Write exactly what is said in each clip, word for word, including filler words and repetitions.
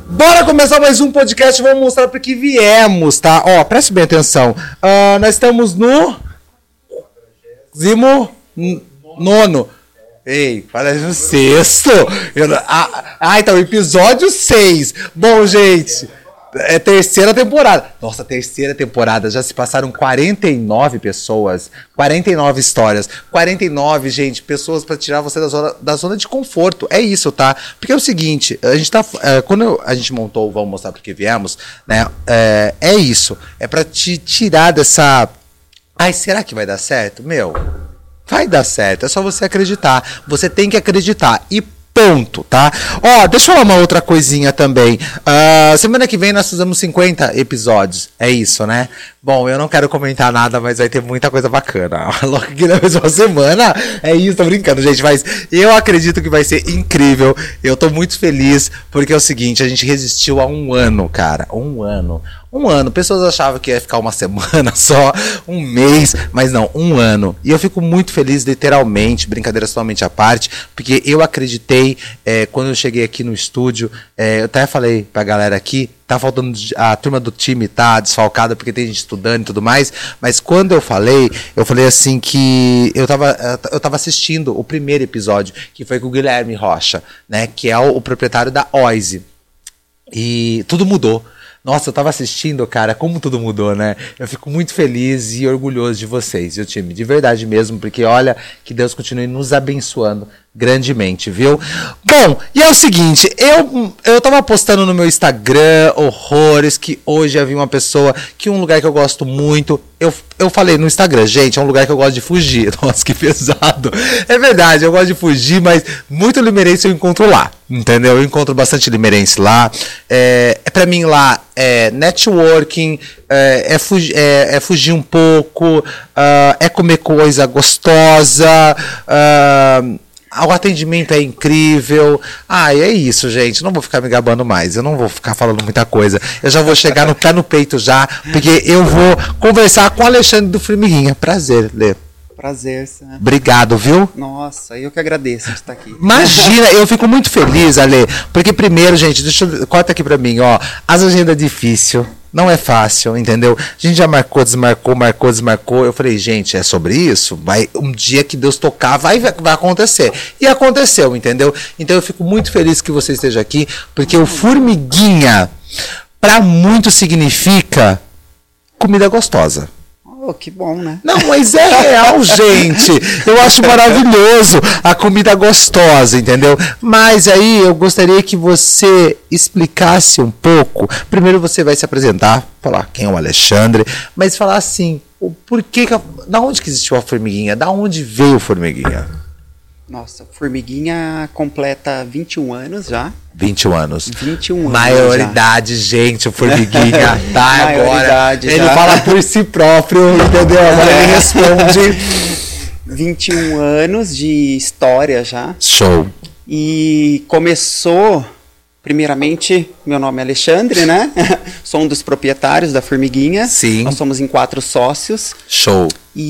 Bora começar mais um podcast, vamos mostrar para que viemos, tá? Ó, preste bem atenção. Uh, nós estamos no... Zimo... Nono. Ei, parece no sexto. Eu... Ah, ah, então, episódio seis. Bom, gente... É terceira temporada. Nossa, terceira temporada. Já se passaram quarenta e nove pessoas. quarenta e nove histórias. quarenta e nove, gente, pessoas pra tirar você da zona, da zona de conforto. É isso, tá? Porque é o seguinte, a gente tá... É, quando a gente montou o Vamos Mostrar Porque Viemos, né? É, é isso. É pra te tirar dessa... Ai, será que vai dar certo? Meu, vai dar certo. É só você acreditar. Você tem que acreditar. E ponto, tá? Ó, deixa eu falar uma outra coisinha também. Uh, semana que vem nós fizemos cinquenta episódios. É isso, né? Bom, eu não quero comentar nada, mas vai ter muita coisa bacana. Logo que na mesma semana. É isso, tô brincando, gente. Mas eu acredito que vai ser incrível. Eu tô muito feliz, porque é o seguinte, a gente resistiu a um ano, cara. Um ano. Um ano. Pessoas achavam que ia ficar uma semana só, um mês, mas não, um ano. E eu fico muito feliz, literalmente, brincadeira totalmente à parte, porque eu acreditei, é, quando eu cheguei aqui no estúdio, é, eu até falei pra galera aqui, tá faltando, a turma do time tá desfalcada porque tem gente estudando e tudo mais, mas quando eu falei, eu falei assim que eu tava, eu tava assistindo o primeiro episódio, que foi com o Guilherme Rocha, né, que é o, o proprietário da Oise. E tudo mudou. Nossa, eu tava assistindo, cara, como tudo mudou, né? Eu fico muito feliz e orgulhoso de vocês, viu, time? De verdade mesmo, porque olha, que Deus continue nos abençoando grandemente, viu? Bom, e é o seguinte, eu, eu tava postando no meu Instagram horrores, que hoje havia uma pessoa, que um lugar que eu gosto muito, eu, eu falei no Instagram, gente, é um lugar que eu gosto de fugir. Nossa, que pesado. É verdade, eu gosto de fugir, mas muito limerense eu encontro lá, entendeu? Eu encontro bastante limerense lá. É, é pra mim lá, é networking, é, é, fugir, é, é fugir um pouco, uh, é comer coisa gostosa, uh, o atendimento é incrível. Ah, é isso, gente. Não vou ficar me gabando mais. Eu não vou ficar falando muita coisa. Eu já vou chegar no pé no peito já, porque eu vou conversar com o Alexandre do Formiguinha. Prazer, Lê. Prazer, Sam. Obrigado, viu? Nossa, eu que agradeço de estar aqui. Imagina, eu fico muito feliz, Ale, porque primeiro, gente, deixa eu, corta aqui pra mim, ó, as agendas difíceis, não é fácil, entendeu? A gente já marcou, desmarcou, marcou, desmarcou, eu falei, gente, é sobre isso? Vai, um dia que Deus tocar, vai, vai acontecer. E aconteceu, entendeu? Então eu fico muito feliz que você esteja aqui, porque o Formiguinha, pra muito significa comida gostosa. Oh, que bom, né? Não, mas é real, gente. Eu acho maravilhoso a comida gostosa, entendeu? Mas aí eu gostaria que você explicasse um pouco. Primeiro você vai se apresentar, falar quem é o Alexandre, mas falar assim, o porquê, que a, da onde que existiu a Formiguinha? Da onde veio a Formiguinha? Nossa, Formiguinha completa vinte e um anos já. vinte e um anos. vinte e um anos. Maioridade, já. Gente, o Formiguinha tá agora. Ele já. fala por si próprio, entendeu? Agora é. ele responde. vinte e um anos de história já. Show. E começou, primeiramente, meu nome é Alexandre, né? Sou um dos proprietários da Formiguinha. Sim. Nós somos em quatro sócios. Show.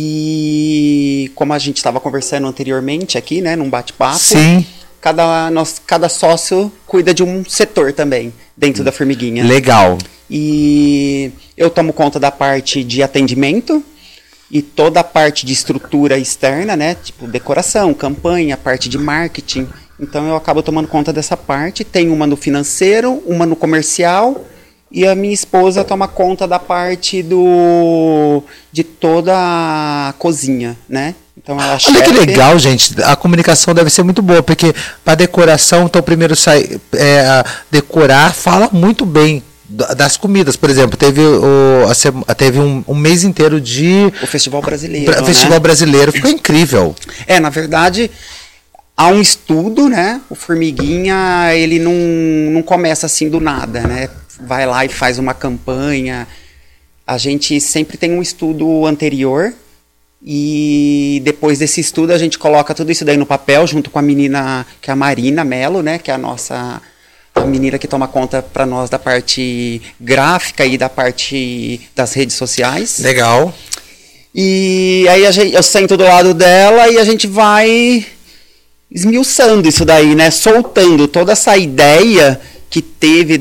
E como a gente estava conversando anteriormente aqui, né, num bate-papo, sim. Cada, nós, cada sócio cuida de um setor também dentro da Formiguinha. Legal. E eu tomo conta da parte de atendimento e toda a parte de estrutura externa, né, tipo decoração, campanha, parte de marketing. Então eu acabo tomando conta dessa parte. Tem uma no financeiro, uma no comercial. E a minha esposa toma conta da parte do de toda a cozinha, né? Então ela Olha que legal, gente. A comunicação deve ser muito boa, porque para decoração, então primeiro sai é, decorar, fala muito bem das comidas. Por exemplo, teve, o, a, teve um, um mês inteiro de o Festival Brasileiro. Pra, Festival né? Brasileiro, ficou incrível. É, na verdade, há um estudo, né? O Formiguinha, ele não, não começa assim do nada, né? Vai lá e faz uma campanha. A gente sempre tem um estudo anterior e depois desse estudo a gente coloca tudo isso daí no papel junto com a menina, que é a Marina Mello, né, que é a nossa a menina que toma conta para nós da parte gráfica e da parte das redes sociais. Legal. E aí a gente, eu sento do lado dela e a gente vai esmiuçando isso daí, né, soltando toda essa ideia que teve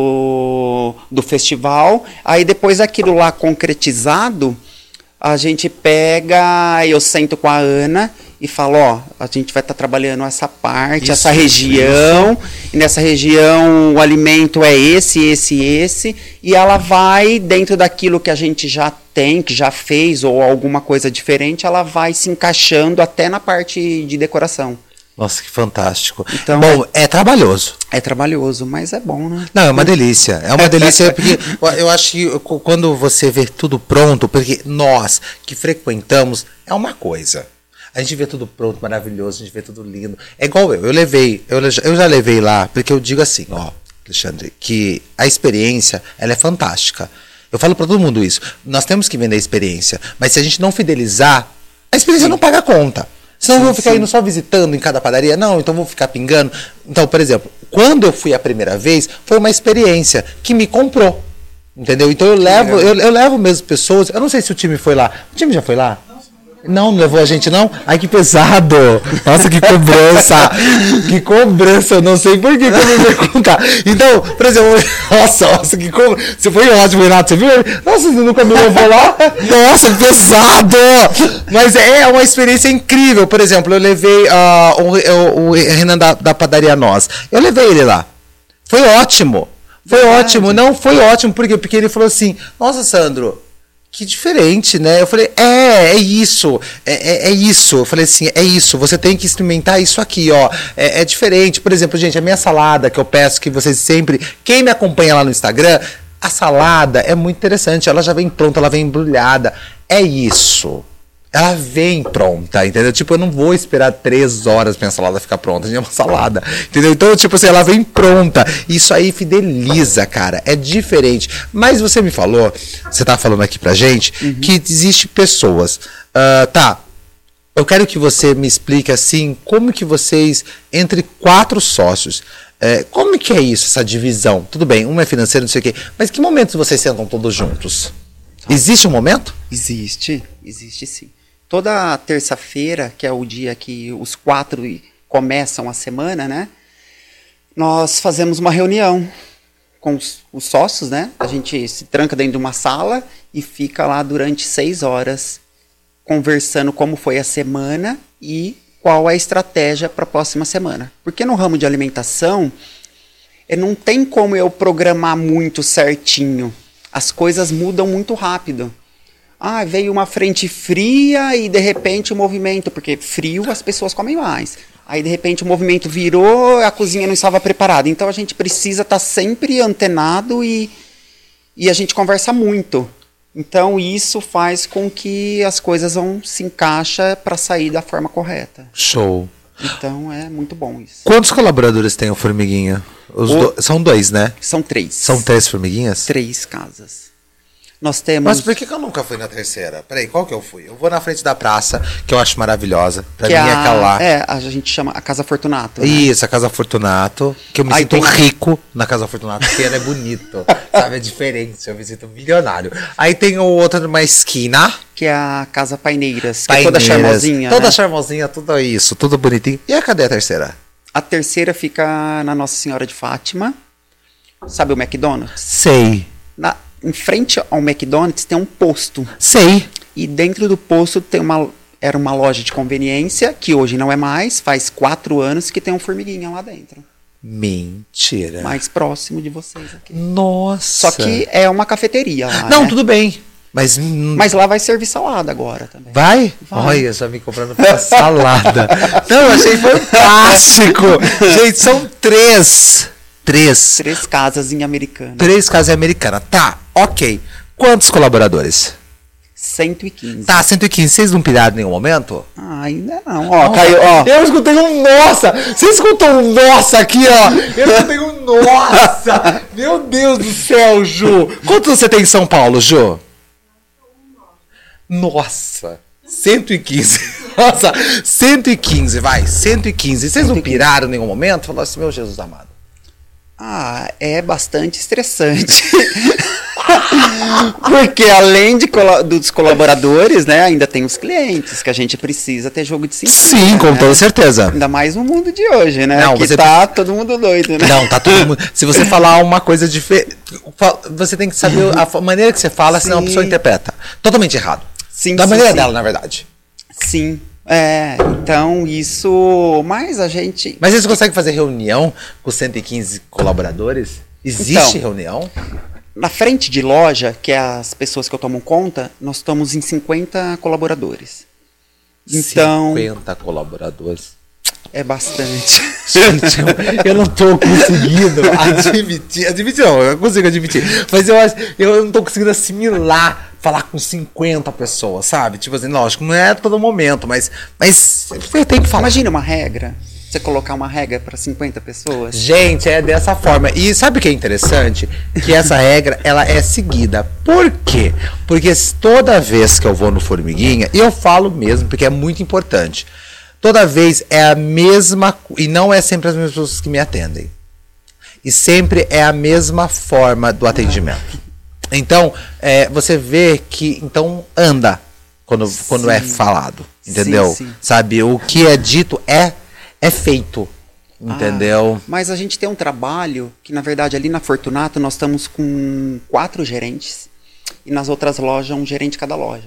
do, do festival. Aí depois aquilo lá concretizado, a gente pega, eu sento com a Ana e falo, ó, a gente vai estar tá trabalhando essa parte, isso, essa região, isso. E nessa região o alimento é esse, esse, esse, e ela vai, dentro daquilo que a gente já tem, que já fez, ou alguma coisa diferente, ela vai se encaixando até na parte de decoração. Nossa, que fantástico. Então, bom, é, é trabalhoso. É trabalhoso, mas é bom, né? Não, é uma delícia. É uma delícia porque eu acho que quando você vê tudo pronto, porque nós que frequentamos, é uma coisa. A gente vê tudo pronto, maravilhoso, a gente vê tudo lindo. É igual eu, eu levei, eu, eu já levei lá, porque eu digo assim, ó, Alexandre, que a experiência, ela é fantástica. Eu falo pra todo mundo isso. Nós temos que vender a experiência, mas se a gente não fidelizar, a experiência sim. não paga a conta. Senão sim, eu vou ficar sim. indo só visitando em cada padaria. Não, então vou ficar pingando. Então, por exemplo, quando eu fui a primeira vez, foi uma experiência que me comprou. Entendeu? Então eu levo, eu, eu levo mesmo pessoas. Eu não sei se o time foi lá. O time já foi lá? Não, não levou a gente, não? Ai, que pesado! Nossa, que cobrança! Que cobrança! Eu não sei por que que eu me perguntar. Então, por exemplo, nossa, nossa, que cobrança! Você foi ótimo, Renato, você viu? Nossa, você nunca me levou lá? Nossa, que pesado! Mas é uma experiência incrível. Por exemplo, eu levei uh, o, o, o Renan da, da Padaria Nós. Eu levei ele lá. Foi ótimo! Foi Verdade. ótimo! Não, foi ótimo. Por quê? Porque ele falou assim, nossa, Sandro, que diferente, né? Eu falei, é, é isso, é, é, é isso. Eu falei assim, é isso, você tem que experimentar isso aqui, ó. É, é diferente. Por exemplo, gente, a minha salada, que eu peço que vocês sempre... Quem me acompanha lá no Instagram, a salada é muito interessante. Ela já vem pronta, ela vem embrulhada. É isso. Ela vem pronta, entendeu? Tipo, eu não vou esperar três horas pra minha salada ficar pronta. É uma salada, entendeu? Então, tipo assim, ela vem pronta. Isso aí fideliza, cara. É diferente. Mas você me falou, você tá falando aqui pra gente, uhum. que existe pessoas. Uh, tá, eu quero que você me explique assim, como que vocês, entre quatro sócios, é, como que é isso, essa divisão? Tudo bem, um é financeiro, não sei o quê. Mas que momentos vocês sentam todos juntos? Existe um momento? Existe, existe sim. Toda terça-feira, que é o dia que os quatro começam a semana, né? Nós fazemos uma reunião com os, os sócios, né? A gente se tranca dentro de uma sala e fica lá durante seis horas conversando como foi a semana e qual é a estratégia para a próxima semana. Porque no ramo de alimentação, não tem como eu programar muito certinho. As coisas mudam muito rápido. Ah, veio uma frente fria e de repente o movimento, porque frio as pessoas comem mais. Aí de repente o movimento virou, a cozinha não estava preparada. Então a gente precisa estar sempre antenado e, e a gente conversa muito. Então isso faz com que as coisas vão se encaixem para sair da forma correta. Show. Então é muito bom isso. Quantos colaboradores tem o Formiguinha? Os o... do... São dois, né? São três. São três formiguinhas? Três casas. Nós temos... Mas por que, que eu nunca fui na terceira? Peraí, qual que eu fui? Eu vou na frente da praça, que eu acho maravilhosa. Pra que mim a... é aquela lá. É, a gente chama a Casa Fortunato. Né? Isso, a Casa Fortunato. Que eu me Aí sinto tem... rico na Casa Fortunato, porque ela é bonito. Sabe, é diferente. Eu me sinto milionário. Aí tem o outro numa esquina. Que é a Casa Paineiras. Que Paineiras, é toda charmosinha. Toda né? charmosinha, tudo isso, tudo bonitinho. E a cadê a terceira? A terceira fica na Nossa Senhora de Fátima. Sabe o McDonald's? Sei. Na... Em frente ao McDonald's tem um posto. Sei. E dentro do posto tem uma, era uma loja de conveniência, que hoje não é mais, faz quatro anos que tem um formiguinha lá dentro. Mentira. Mais próximo de vocês aqui. Nossa. Só que é uma cafeteria lá, Não, né? tudo bem. Mas... Mas lá vai servir salada agora também. Vai? Vai. Olha, já me comprando pra salada. Não, eu achei fantástico. Gente, são três... Três. Três casas em Americana. Três casas em Americana. Tá, ok. Quantos colaboradores? cento e quinze. Tá, cento e quinze. Vocês não piraram em nenhum momento? Ah, ainda não. Ó, não, caiu, ó. Eu escutei um nossa. Você escutou um nossa aqui, ó. Eu escutei um nossa. Meu Deus do céu, Ju. Quantos você tem em São Paulo, Ju? Nossa. cento e quinze. Nossa, cento e quinze, vai. cento e quinze. Vocês não piraram em nenhum momento? Falaram assim, meu Jesus amado. Ah, é bastante estressante. Porque além de colo- dos colaboradores, né, ainda tem os clientes, que a gente precisa ter jogo de cintura. Sim, com né? toda certeza. Ainda mais no mundo de hoje, né? Não, que você tá todo mundo doido, né? Não, tá todo mundo. Se você falar uma coisa diferente, você tem que saber a maneira que você fala, senão a Sim. pessoa interpreta. Totalmente errado. Sim, Da sim, maneira sim. dela, na verdade. Sim. É, então isso. Mas a gente. Mas eles conseguem fazer reunião com cento e quinze colaboradores? Existe Então, reunião? Na frente de loja, que é as pessoas que eu tomo conta, nós estamos em cinquenta colaboradores. Então, cinquenta colaboradores. é bastante. Gente, eu, eu não tô conseguindo admitir. Admitir não, eu consigo admitir. Mas eu acho, eu não tô conseguindo assimilar falar com cinquenta pessoas, sabe? Tipo assim, lógico, não é todo momento, mas, mas eu tenho que falar. Imagina uma regra. Você colocar uma regra para cinquenta pessoas. Gente, é dessa forma. E sabe o que é interessante? Que essa regra, ela é seguida. Por quê? Porque toda vez que eu vou no Formiguinha, e eu falo mesmo, porque é muito importante, toda vez é a mesma, e não é sempre as mesmas pessoas que me atendem. E sempre é a mesma forma do atendimento. Então, é, você vê que, então, anda quando, quando é falado, entendeu? Sim, sim. Sabe, o que é dito é É feito, entendeu? Ah, mas a gente tem um trabalho que, na verdade, ali na Fortunato nós estamos com quatro gerentes e nas outras lojas um gerente cada loja.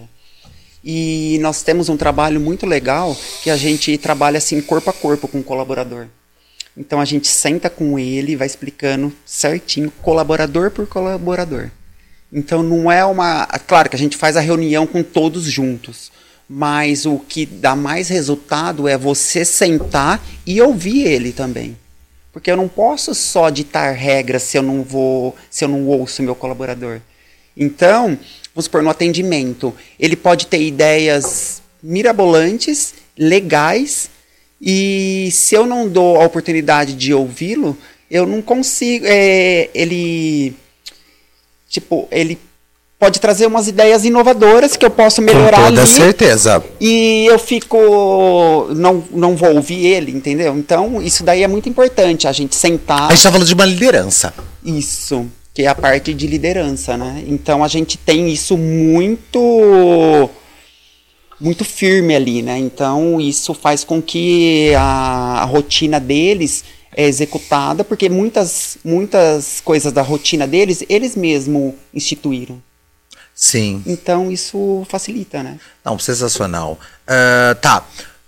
E nós temos um trabalho muito legal que a gente trabalha assim corpo a corpo com o colaborador. Então a gente senta com ele e vai explicando certinho, colaborador por colaborador. Então não é uma... Claro que a gente faz a reunião com todos juntos. Mas o que dá mais resultado é você sentar e ouvir ele também. Porque eu não posso só ditar regras se eu não vou, se eu não ouço meu colaborador. Então, vamos supor, no atendimento, ele pode ter ideias mirabolantes, legais, e se eu não dou a oportunidade de ouvi-lo, eu não consigo... É, ele... Tipo, ele... pode trazer umas ideias inovadoras que eu posso melhorar ali. Com toda ali, certeza. E eu fico... Não, não vou ouvir ele, entendeu? Então, isso daí é muito importante, a gente sentar... A gente tá falando de uma liderança. Isso, que é a parte de liderança, né? Então, a gente tem isso muito... muito firme ali, né? Então, isso faz com que a, a rotina deles é executada, porque muitas, muitas coisas da rotina deles, eles mesmos instituíram. Sim. Então isso facilita, né? Não, sensacional. Uh, tá.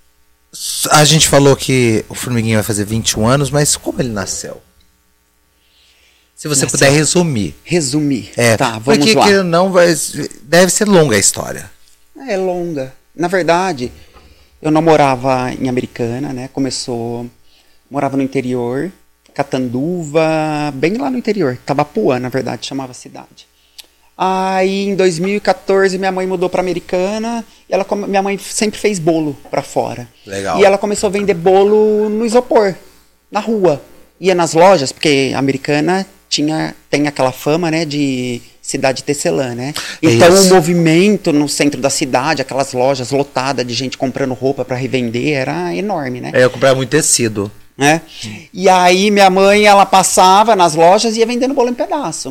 A gente falou que o Formiguinha vai fazer vinte e um anos, mas como ele nasceu? Se você Nasceu. puder resumir. Resumir. É, tá, vamos porque lá. que não vai, deve ser longa a história. É longa. Na verdade, eu não morava em Americana, né? Começou... Morava no interior, Catanduva, bem lá no interior. Tabapuã, na verdade, chamava a cidade. Aí, em dois mil e quatorze, minha mãe mudou para Americana e ela, minha mãe sempre fez bolo para fora. Legal. E ela começou a vender bolo no isopor, na rua. Ia nas lojas, porque a Americana tinha, tem aquela fama, né, de cidade tecelã, né? Então, Isso. o movimento no centro da cidade, aquelas lojas lotadas de gente comprando roupa para revender, era enorme, né? É, eu comprava muito tecido. Né? E aí, minha mãe, ela passava nas lojas e ia vendendo bolo em pedaço.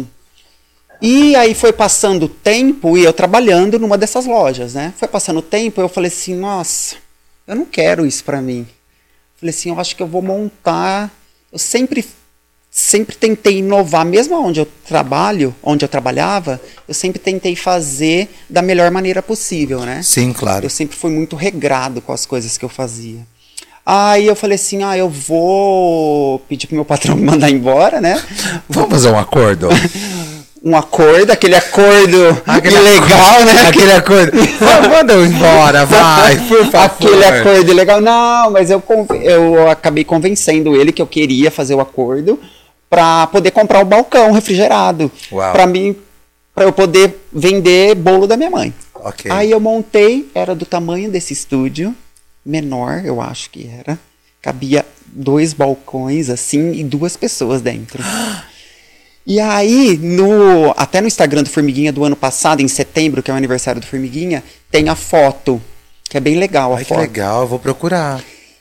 E aí foi passando o tempo e eu trabalhando numa dessas lojas, né? Foi passando o tempo e eu falei assim, nossa, eu não quero isso pra mim. Falei assim, eu acho que eu vou montar... Eu sempre, sempre tentei inovar, mesmo onde eu trabalho, onde eu trabalhava, eu sempre tentei fazer da melhor maneira possível, né? Sim, claro. Eu sempre fui muito regrado com as coisas que eu fazia. Aí eu falei assim, ah, eu vou pedir pro meu patrão me mandar embora, né? Vamos fazer um acordo? Um acordo, aquele acordo Aquele ilegal, acordo, né? Aquele acordo. Manda eu embora, vai, por favor. Aquele acordo ilegal. Não, mas eu, eu acabei convencendo ele que eu queria fazer o acordo para poder comprar o balcão refrigerado. Uau. Para mim, para eu poder vender bolo da minha mãe. Ok. Aí eu montei, era do tamanho desse estúdio, menor, eu acho que era. Cabia dois balcões assim e duas pessoas dentro. E aí, no, até no Instagram do Formiguinha do ano passado, em setembro, que é o aniversário do Formiguinha, tem a foto, que é bem legal a Ai, foto. que legal, eu vou procurar.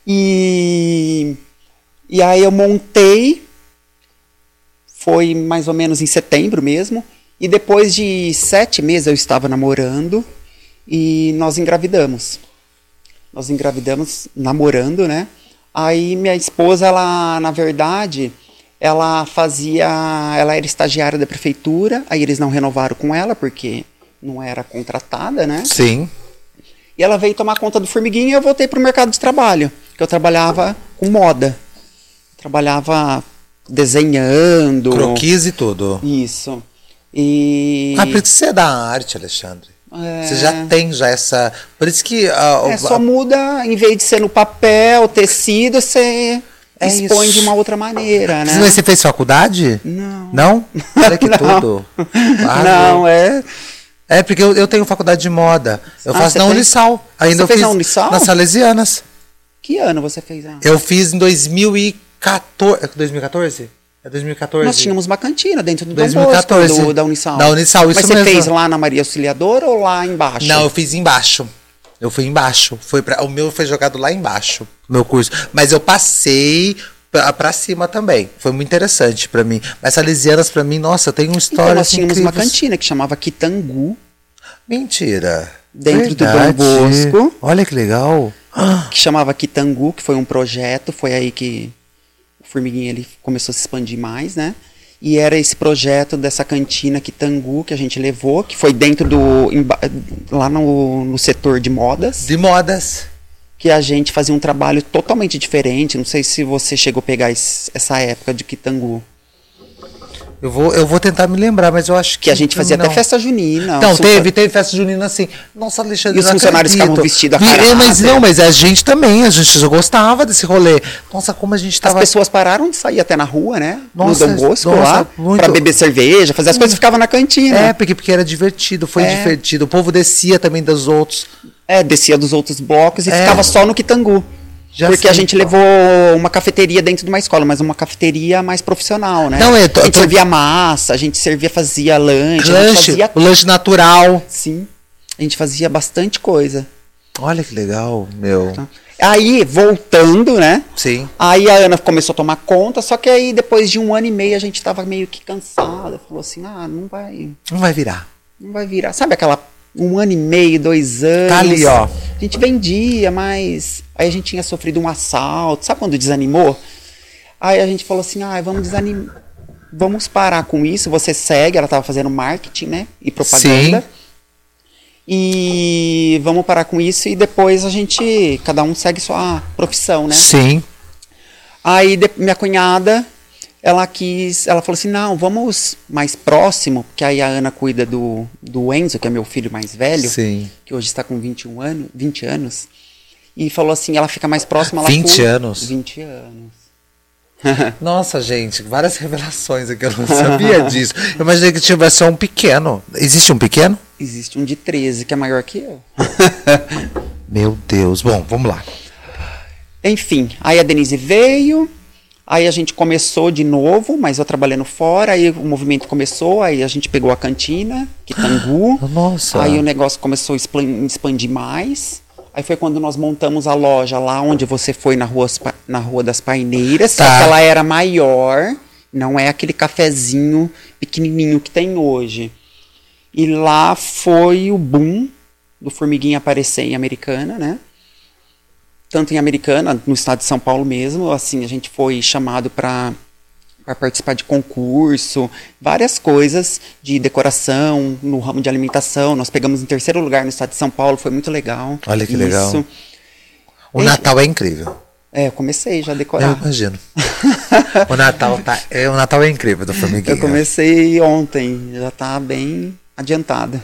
E, e aí eu montei, foi mais ou menos em setembro mesmo, E depois de sete meses eu estava namorando e nós engravidamos. Nós engravidamos namorando, né? Aí minha esposa, ela, na verdade, ela fazia, ela era estagiária da prefeitura, aí eles não renovaram com ela porque não era contratada, né? Sim. E ela veio tomar conta do Formiguinha e eu voltei para o mercado de trabalho, que eu trabalhava com moda. Trabalhava desenhando. Croquis e tudo. Isso. E... Ah, por isso você é da arte, Alexandre. É... Você já tem já essa... Por isso que... Uh, é, só muda, em vez de ser no papel, tecido, você é expõe isso. de uma outra maneira, né? Mas você fez faculdade? Não. Não? Olha que Não. tudo. Ah, não, é... É, porque eu, eu tenho faculdade de moda. Eu ah, faço na fez... Unisal. Ainda você eu fez fiz na Unisal? Nas Salesianas. Que ano você fez? Ah? Eu fiz em dois mil e quatorze. É dois mil e quatorze? É dois mil e quatorze. Nós tínhamos uma cantina dentro do dois mil e quatorze. Dom Bosco, do, da Unisal. Da Unisal, isso Mas você mesmo. fez lá na Maria Auxiliadora ou lá embaixo? Não, eu fiz embaixo. Eu fui embaixo. Foi pra, o meu foi jogado lá embaixo, meu curso. Mas eu passei pra, pra cima também. Foi muito interessante pra mim. Mas Salesianas, pra mim, nossa, tem uma história. Então, nós tínhamos incríveis. uma cantina que chamava Quitangu. Mentira. Dentro Verdade. do Dom Bosco. Olha que legal. Que chamava Quitangu, que foi um projeto. Foi aí que o Formiguinha ele começou a se expandir mais, né? E era esse projeto dessa cantina Quitangu que a gente levou, que foi dentro do... lá no, no setor de modas. De modas. Que a gente fazia um trabalho totalmente diferente. Não sei se você chegou a pegar esse, essa época de Quitangu. Eu vou, eu vou tentar me lembrar, mas eu acho que... Que a gente fazia não. até festa junina. Não, teve, teve festa junina assim. Nossa, Alexandre, e os funcionários acredito. ficavam vestidos a Vi, caráter. Mas não, mas a gente também, a gente já gostava desse rolê. Nossa, como a gente tava... As pessoas pararam de sair até na rua, né? Nossa, no Dom Bosco nossa, lá, muito... pra beber cerveja, fazer as coisas, ficava na cantina. É, porque, porque era divertido, foi é. divertido. O povo descia também dos outros. É, descia dos outros blocos e é. ficava só no Quitangu. Já porque sei. a gente levou uma cafeteria dentro de uma escola, mas uma cafeteria mais profissional, né? Não, eu tô, a gente tô... servia massa, a gente servia, fazia lanche, lanche, a gente fazia... o lanche natural. Sim, a gente fazia bastante coisa. Olha que legal, meu. Tá. Aí, voltando, né? Sim. Aí a Ana começou a tomar conta, só que aí depois de um ano e meio a gente tava meio que cansada. Falou assim, ah, não vai... Não vai virar. Não vai virar. Sabe aquela... Um ano e meio, dois anos. Tá ali, ó. A gente vendia, mas... Aí a gente tinha sofrido um assalto. Sabe quando desanimou? Aí a gente falou assim, ah, vamos desanimar. Vamos parar com isso. Você segue. Ela tava fazendo marketing, né? E propaganda. Sim. E vamos parar com isso. E depois a gente... Cada um segue sua profissão, né? Sim. Aí de, minha cunhada... Ela quis, ela falou assim, não, vamos mais próximo, porque aí a Ana cuida do, do Enzo, que é meu filho mais velho, Sim. que hoje está com vinte e um anos, vinte anos, e falou assim, ela fica mais próxima. Ela vinte cuida, anos? vinte anos. Nossa, gente, várias revelações aqui, eu não sabia disso. Eu imaginei que tivesse um pequeno. Existe um pequeno? Existe um de treze, que é maior que eu. Meu Deus, bom, vamos lá. Enfim, aí a Denise veio... Aí a gente começou de novo, mas eu trabalhando fora, aí o movimento começou, aí a gente pegou a cantina, Quitangu. Nossa. Aí o negócio começou a expandir mais. Aí foi quando nós montamos a loja lá onde você foi na Rua, na rua das Paineiras, tá. Só que ela era maior, não é aquele cafezinho pequenininho que tem hoje. E lá foi o boom do Formiguinha aparecer em Americana, né? Tanto em Americana, no estado de São Paulo mesmo, assim, a gente foi chamado para participar de concurso, várias coisas de decoração, no ramo de alimentação. Nós pegamos em terceiro lugar no estado de São Paulo, foi muito legal. Olha que isso. legal. O e, Natal é incrível. É, eu comecei já a decorar. Eu imagino. o, Natal tá, é, o Natal é incrível do Formiguinha. Eu comecei ontem, já está bem adiantada.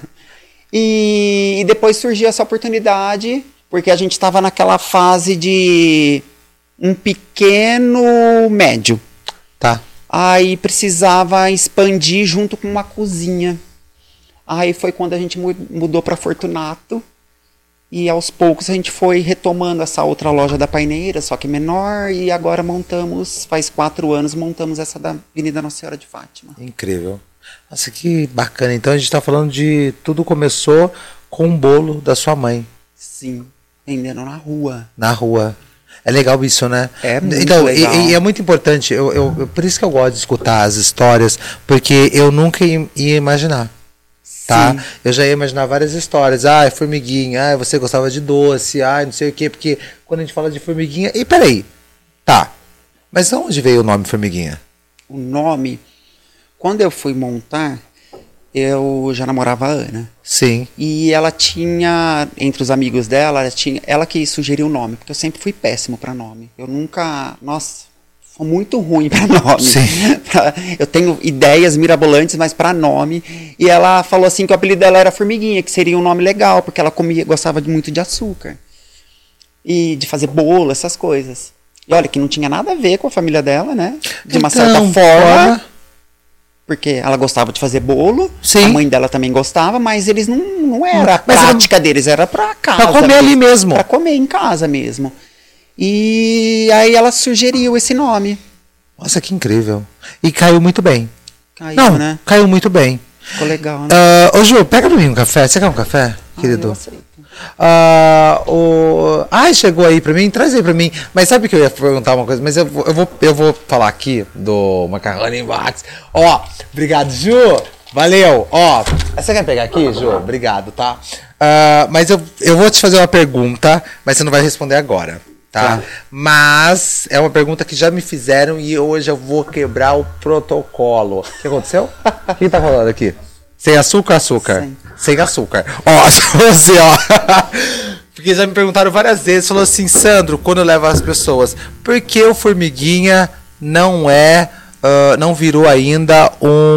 E, e depois surgiu essa oportunidade... Porque a gente estava naquela fase de um pequeno médio. Tá. Aí precisava expandir junto com uma cozinha. Aí foi quando a gente mudou para Fortunato. E aos poucos a gente foi retomando essa outra loja da Paineira, só que menor. E agora montamos, faz quatro anos, montamos essa da Avenida Nossa Senhora de Fátima. Incrível. Nossa, que bacana. Então a gente está falando de... Tudo começou com um bolo da sua mãe. Sim. Vendendo na rua. Na rua. É legal isso, né? É muito então, legal. E, e é muito importante, eu, eu, por isso que eu gosto de escutar as histórias, porque eu nunca ia, ia imaginar. Tá? Eu já ia imaginar várias histórias. Ah, é formiguinha, ah, você gostava de doce, ah, não sei o quê, porque quando a gente fala de formiguinha. E peraí, tá. Mas de onde veio o nome formiguinha? O nome, quando eu fui montar, eu já namorava a Ana. Sim. E ela tinha, entre os amigos dela, ela, tinha, ela que sugeriu o nome, porque eu sempre fui péssimo pra nome. Eu nunca, nossa, foi muito ruim pra nome. Sim. Eu tenho ideias mirabolantes, mas pra nome. E ela falou assim que o apelido dela era Formiguinha, que seria um nome legal, porque ela comia, gostava de, muito de açúcar. E de fazer bolo, essas coisas. E olha, que não tinha nada a ver com a família dela, né? De uma então, certa forma. forma... Porque ela gostava de fazer bolo, Sim. A mãe dela também gostava, mas eles não, não era a mas prática era... deles, era pra casa. Pra comer ali mesmo. Pra comer em casa mesmo. E aí ela sugeriu esse nome. Nossa, que incrível. E caiu muito bem. Caiu, não, né? Caiu muito bem. Ficou legal, né? Uh, ô Ju, pega pra mim um café. Você quer um café, Ah, querido? eu aceito. Uh, o... Ai, chegou aí pra mim, traz aí pra mim. Mas sabe que eu ia perguntar uma coisa? Mas eu vou, eu vou, eu vou falar aqui do Macarrone Inbox. Ó, obrigado, Ju. Valeu. Ó, você quer pegar aqui, Ju? Obrigado, tá? Uh, mas eu, eu vou te fazer uma pergunta, mas você não vai responder agora, tá? tá? Mas é uma pergunta que já me fizeram e hoje eu vou quebrar o protocolo. O que aconteceu? O que tá falando aqui? Sem açúcar, açúcar? Sem. Sem açúcar. Ó, você, ó. Porque já me perguntaram várias vezes, falou assim, Sandro, quando eu levo as pessoas, por que o Formiguinha não é, uh, não virou ainda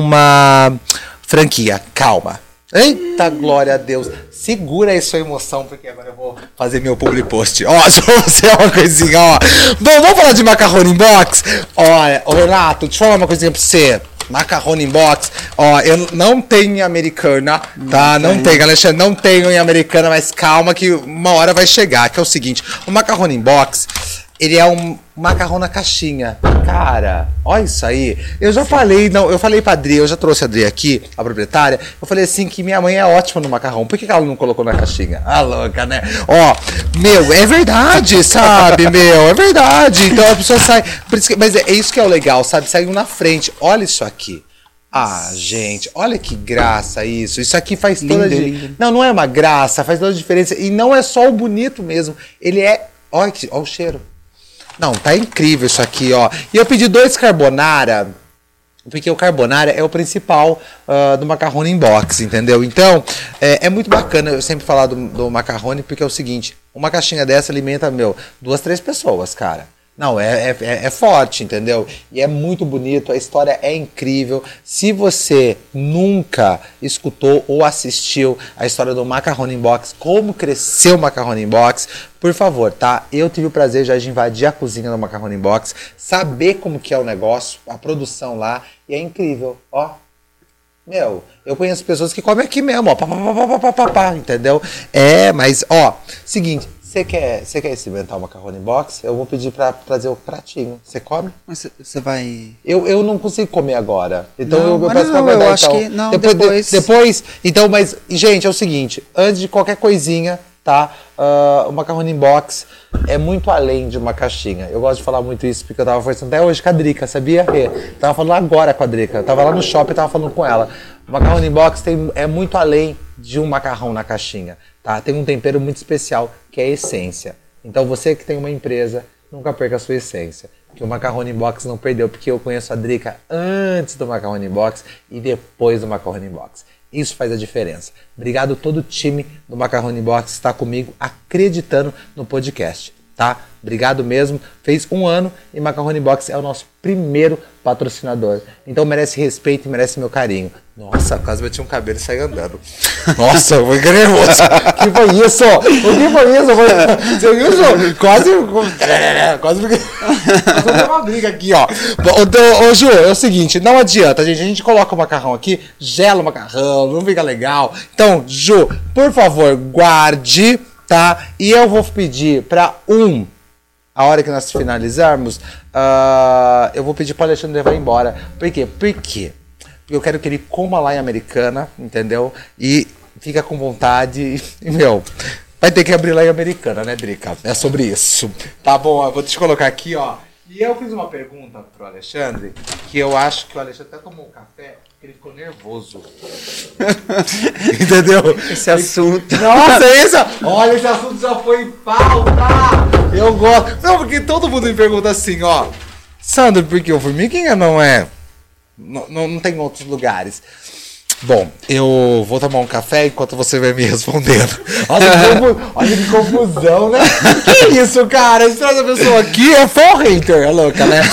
uma franquia? Calma. Eita, glória a Deus. Segura aí sua emoção, porque agora eu vou fazer meu public post. Ó, você é uma coisinha, ó. Bom, vamos falar de Macarrone Inbox? Olha, ô Renato, deixa eu falar uma coisinha pra você. Macarrone Inbox, ó, eu não tenho em Americana, tá? Não, não tenho, Alexandre, não tenho em Americana, mas calma que uma hora vai chegar, que é o seguinte, o Macarrone Inbox, ele é um macarrão na caixinha. Cara, olha isso aí. Eu já falei, não, eu falei pra Adri, eu já trouxe a Adri aqui, a proprietária, eu falei assim que minha mãe é ótima no macarrão, por que ela não colocou na caixinha? Ah, louca, né? Ó, meu, é verdade, sabe, meu, é verdade. Então a pessoa sai, por isso que, mas é isso que é o legal, sabe, saiu na frente, olha isso aqui. Ah, gente, olha que graça isso. Isso aqui faz toda a diferença. Não, não é uma graça, faz toda a diferença. E não é só o bonito mesmo, ele é, olha, olha o cheiro. Não, tá incrível isso aqui, ó. E eu pedi dois carbonara, porque o carbonara é o principal uh, do Macarrone Inbox, entendeu? Então, é, é muito bacana eu sempre falar do, do macarrone, porque é o seguinte, uma caixinha dessa alimenta, meu, duas, três pessoas, cara. Não, é, é, é forte, entendeu? E é muito bonito, a história é incrível. Se você nunca escutou ou assistiu a história do Macarrone Inbox, como cresceu o Macarrone Inbox, por favor, tá? Eu tive o prazer já de invadir a cozinha do Macarrone Inbox, saber como que é o negócio, a produção lá, e é incrível, ó. Meu, eu conheço pessoas que comem aqui mesmo, ó, pá, pá, pá, pá, pá, pá, pá, entendeu? É, mas, ó, seguinte... Você quer, você quer experimentar o Macarrone Inbox? Eu vou pedir pra trazer o pratinho. Você come? Mas você vai... Eu, eu não consigo comer agora. Então não, eu, eu peço não, pra guardar. Eu acho então. que... Não, depois, depois... De, depois... Então, mas... Gente, é o seguinte. Antes de qualquer coisinha, tá? Uh, o Macarrone Inbox é muito além de uma caixinha. Eu gosto de falar muito isso porque eu tava conversando até hoje com a Drica, sabia? Eu tava falando agora com a Drica. Eu tava lá no shopping e tava falando com ela. O Macarrone Inbox tem, é muito além de um macarrão na caixinha, tá? Tem um tempero muito especial, que é a essência. Então você que tem uma empresa, nunca perca a sua essência. Que o Macarrone Inbox não perdeu, porque eu conheço a Drica antes do Macarrone Inbox e depois do Macarrone Inbox. Isso faz a diferença. Obrigado a todo o time do Macarrone Inbox que está comigo acreditando no podcast, tá? Obrigado mesmo. Fez um ano e Macarrone Inbox é o nosso primeiro patrocinador. Então merece respeito e merece meu carinho. Nossa, quase bati um cabelo e saí andando. Nossa, eu fiquei nervoso. O que foi isso? O que foi isso? Foi... Você viu isso? Quase... Quase fiquei... Quase uma briga aqui, ó. Ô, ô, Ju, é o seguinte, não adianta, gente. A gente coloca o macarrão aqui, gela o macarrão, não fica legal. Então, Ju, por favor, guarde, tá? E eu vou pedir pra um... A hora que nós finalizarmos, uh, eu vou pedir para o Alexandre levar embora. Por quê? Por quê? Porque eu quero que ele coma lá em Americana, entendeu? E fica com vontade. E, meu, Vai ter que abrir lá em Americana, né, Drica? É sobre isso. Tá bom, eu vou te colocar aqui, ó. E eu fiz uma pergunta pro Alexandre, que eu acho que o Alexandre até tomou um café, porque ele ficou nervoso. Entendeu? Esse assunto. Nossa, isso! Olha, esse assunto já foi em pauta! Eu gosto. Não, porque todo mundo me pergunta assim, ó. Sandro, por que o Formiguinha não é... Não, não, não tem outros lugares. Bom, eu vou tomar um café enquanto você vai me respondendo. Olha que, confu... Olha que confusão, né? Que isso, cara? Você traz a pessoa aqui, é fã hater, é louca, né?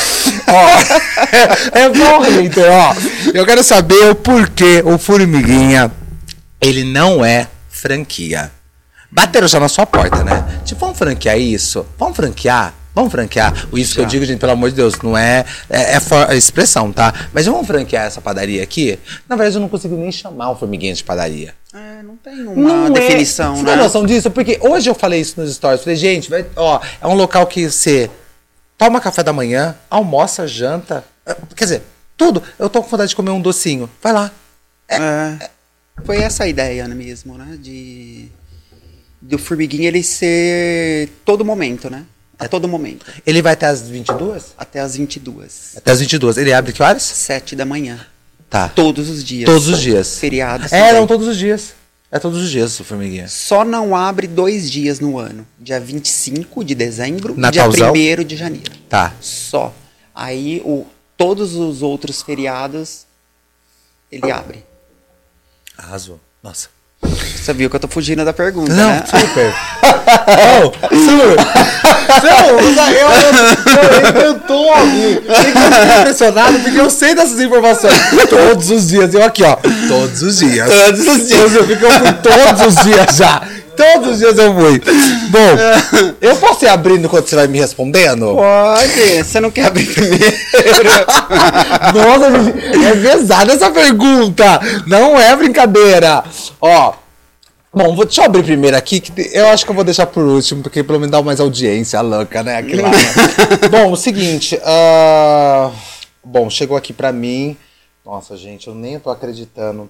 Ó, é, é fã hater, ó. Eu quero saber o porquê o Formiguinha, ele não é franquia. Bateram já na sua porta, né? Tipo, vamos franquear isso? Vamos franquear? Vamos franquear? Isso que eu digo, gente, pelo amor de Deus, não é, é, é, for, é expressão, tá? Mas vamos franquear essa padaria aqui? Na verdade, eu não consigo nem chamar o Formiguinha de padaria. É, não tem uma não definição, é, né? Você tem noção disso? Porque hoje eu falei isso nos stories. Falei, gente, vai, ó, é um local que você toma café da manhã, almoça, janta. Quer dizer, tudo. Eu tô com vontade de comer um docinho. Vai lá. É, é, foi essa a ideia mesmo, né? De, do Formiguinha ele ser todo momento, né? A todo momento. Ele vai até as vinte e duas? Até as vinte e duas. Até as vinte e duas. Ele abre que horas? sete da manhã. Tá. Todos os dias. Todos os dias. Feriados. É, não, todos os dias. É todos os dias, o Formiguinha. Só não abre dois dias no ano. Dia vinte e cinco de dezembro e dia Natalzão? primeiro de janeiro. Tá. Só. Aí, o, todos os outros feriados, ele abre. Arrasou. Nossa. Você viu que eu tô fugindo da pergunta, não, né? super. Não, super. Não, eu, eu, eu inventou ali. Fiquei impressionado porque eu sei dessas informações. Todos os dias. Eu aqui, ó. Todos os dias. Todos os dias. Eu fico fui todos os dias já. Todos os dias eu fui. Bom, eu posso ir abrindo enquanto você vai me respondendo? Pode. Você não quer abrir primeiro? Nossa, gente, é pesada essa pergunta. Não é brincadeira. Ó. Bom, vou, deixa eu abrir primeiro aqui, que eu acho que eu vou deixar por último, porque pelo menos dá mais audiência, a louca, né? Aquilo lá, né? Bom, o seguinte, uh... bom, chegou aqui pra mim, nossa, gente, eu nem tô acreditando.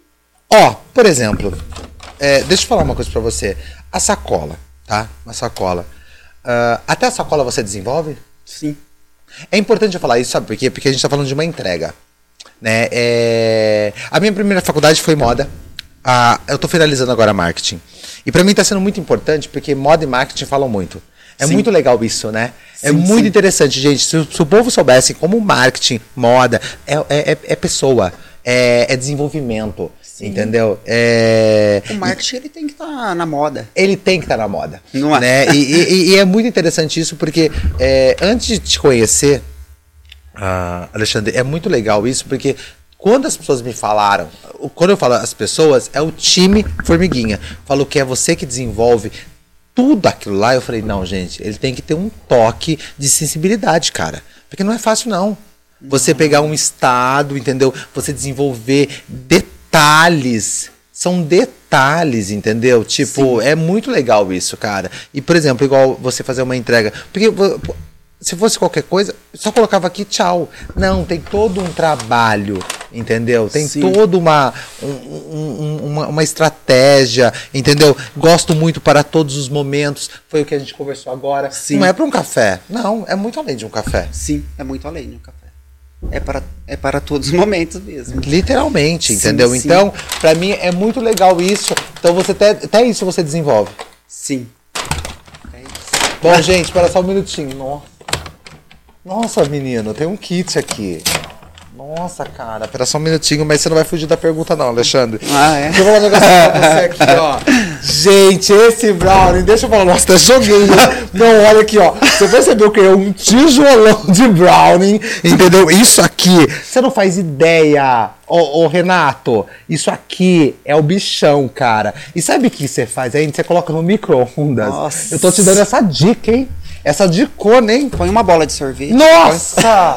Ó, por exemplo, é, deixa eu falar uma coisa pra você, a sacola, tá? Uma sacola, uh, até a sacola você desenvolve? Sim. É importante eu falar isso, sabe por quê? Porque a gente tá falando de uma entrega, né? É... A minha primeira faculdade foi moda. Ah, eu tô finalizando agora marketing. E pra mim tá sendo muito importante, porque moda e marketing falam muito. É sim. Muito legal isso, né? Sim, é muito sim. interessante, gente. Se, se o povo soubesse como marketing, moda, é, é, é pessoa, é, é desenvolvimento, sim. Entendeu? É, o marketing ele tem que estar tá na moda. Ele tem que estar tá na moda. Não é? Né? E, e, e é muito interessante isso, porque é, antes de te conhecer, ah, Alexandre, é muito legal isso, porque quando as pessoas me falaram, quando eu falo as pessoas, é o time Formiguinha. Falou que é você que desenvolve tudo aquilo lá. Eu falei, não, gente, ele tem que ter um toque de sensibilidade, cara. Porque não é fácil, não. Você pegar um estado, entendeu? Você desenvolver detalhes. São detalhes, entendeu? Tipo, sim. É muito legal isso, cara. E, por exemplo, igual você fazer uma entrega. Porque... se fosse qualquer coisa, só colocava aqui, tchau. Não, tem todo um trabalho, entendeu? Tem sim. toda uma, um, um, uma, uma estratégia, entendeu? Gosto muito para todos os momentos. Foi o que a gente conversou agora. Sim. Não é para um café. Não, é muito além de um café. Sim, é muito além de um café. É para, é para todos os momentos mesmo. Literalmente, sim, entendeu? Sim. Então, para mim é muito legal isso. Então, você até, até isso você desenvolve. Sim. É isso. Bom, gente, espera só um minutinho. Nossa. Nossa, menino, tem um kit aqui. Nossa, cara, pera só um minutinho, mas você não vai fugir da pergunta não, Alexandre. Ah, é? Deixa eu falar um negócio pra você aqui, ó. Gente, esse brownie, deixa eu falar, nossa, até joguei. Não, olha aqui, ó. Você percebeu que é um tijolão de brownie, entendeu? Isso aqui, você não faz ideia, ô, ô Renato. Isso aqui é o bichão, cara. E sabe o que você faz aí? Você coloca no micro-ondas. Nossa. Eu tô te dando essa dica, hein? Essa dicona, hein? Põe uma bola de sorvete. Nossa!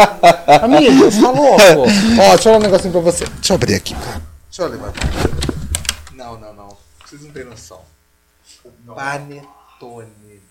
Amigo, você tá louco? Ó, deixa eu falar um negocinho pra você. Deixa eu abrir aqui. Deixa eu levantar. Não, não, não. Vocês não têm noção. O panetone.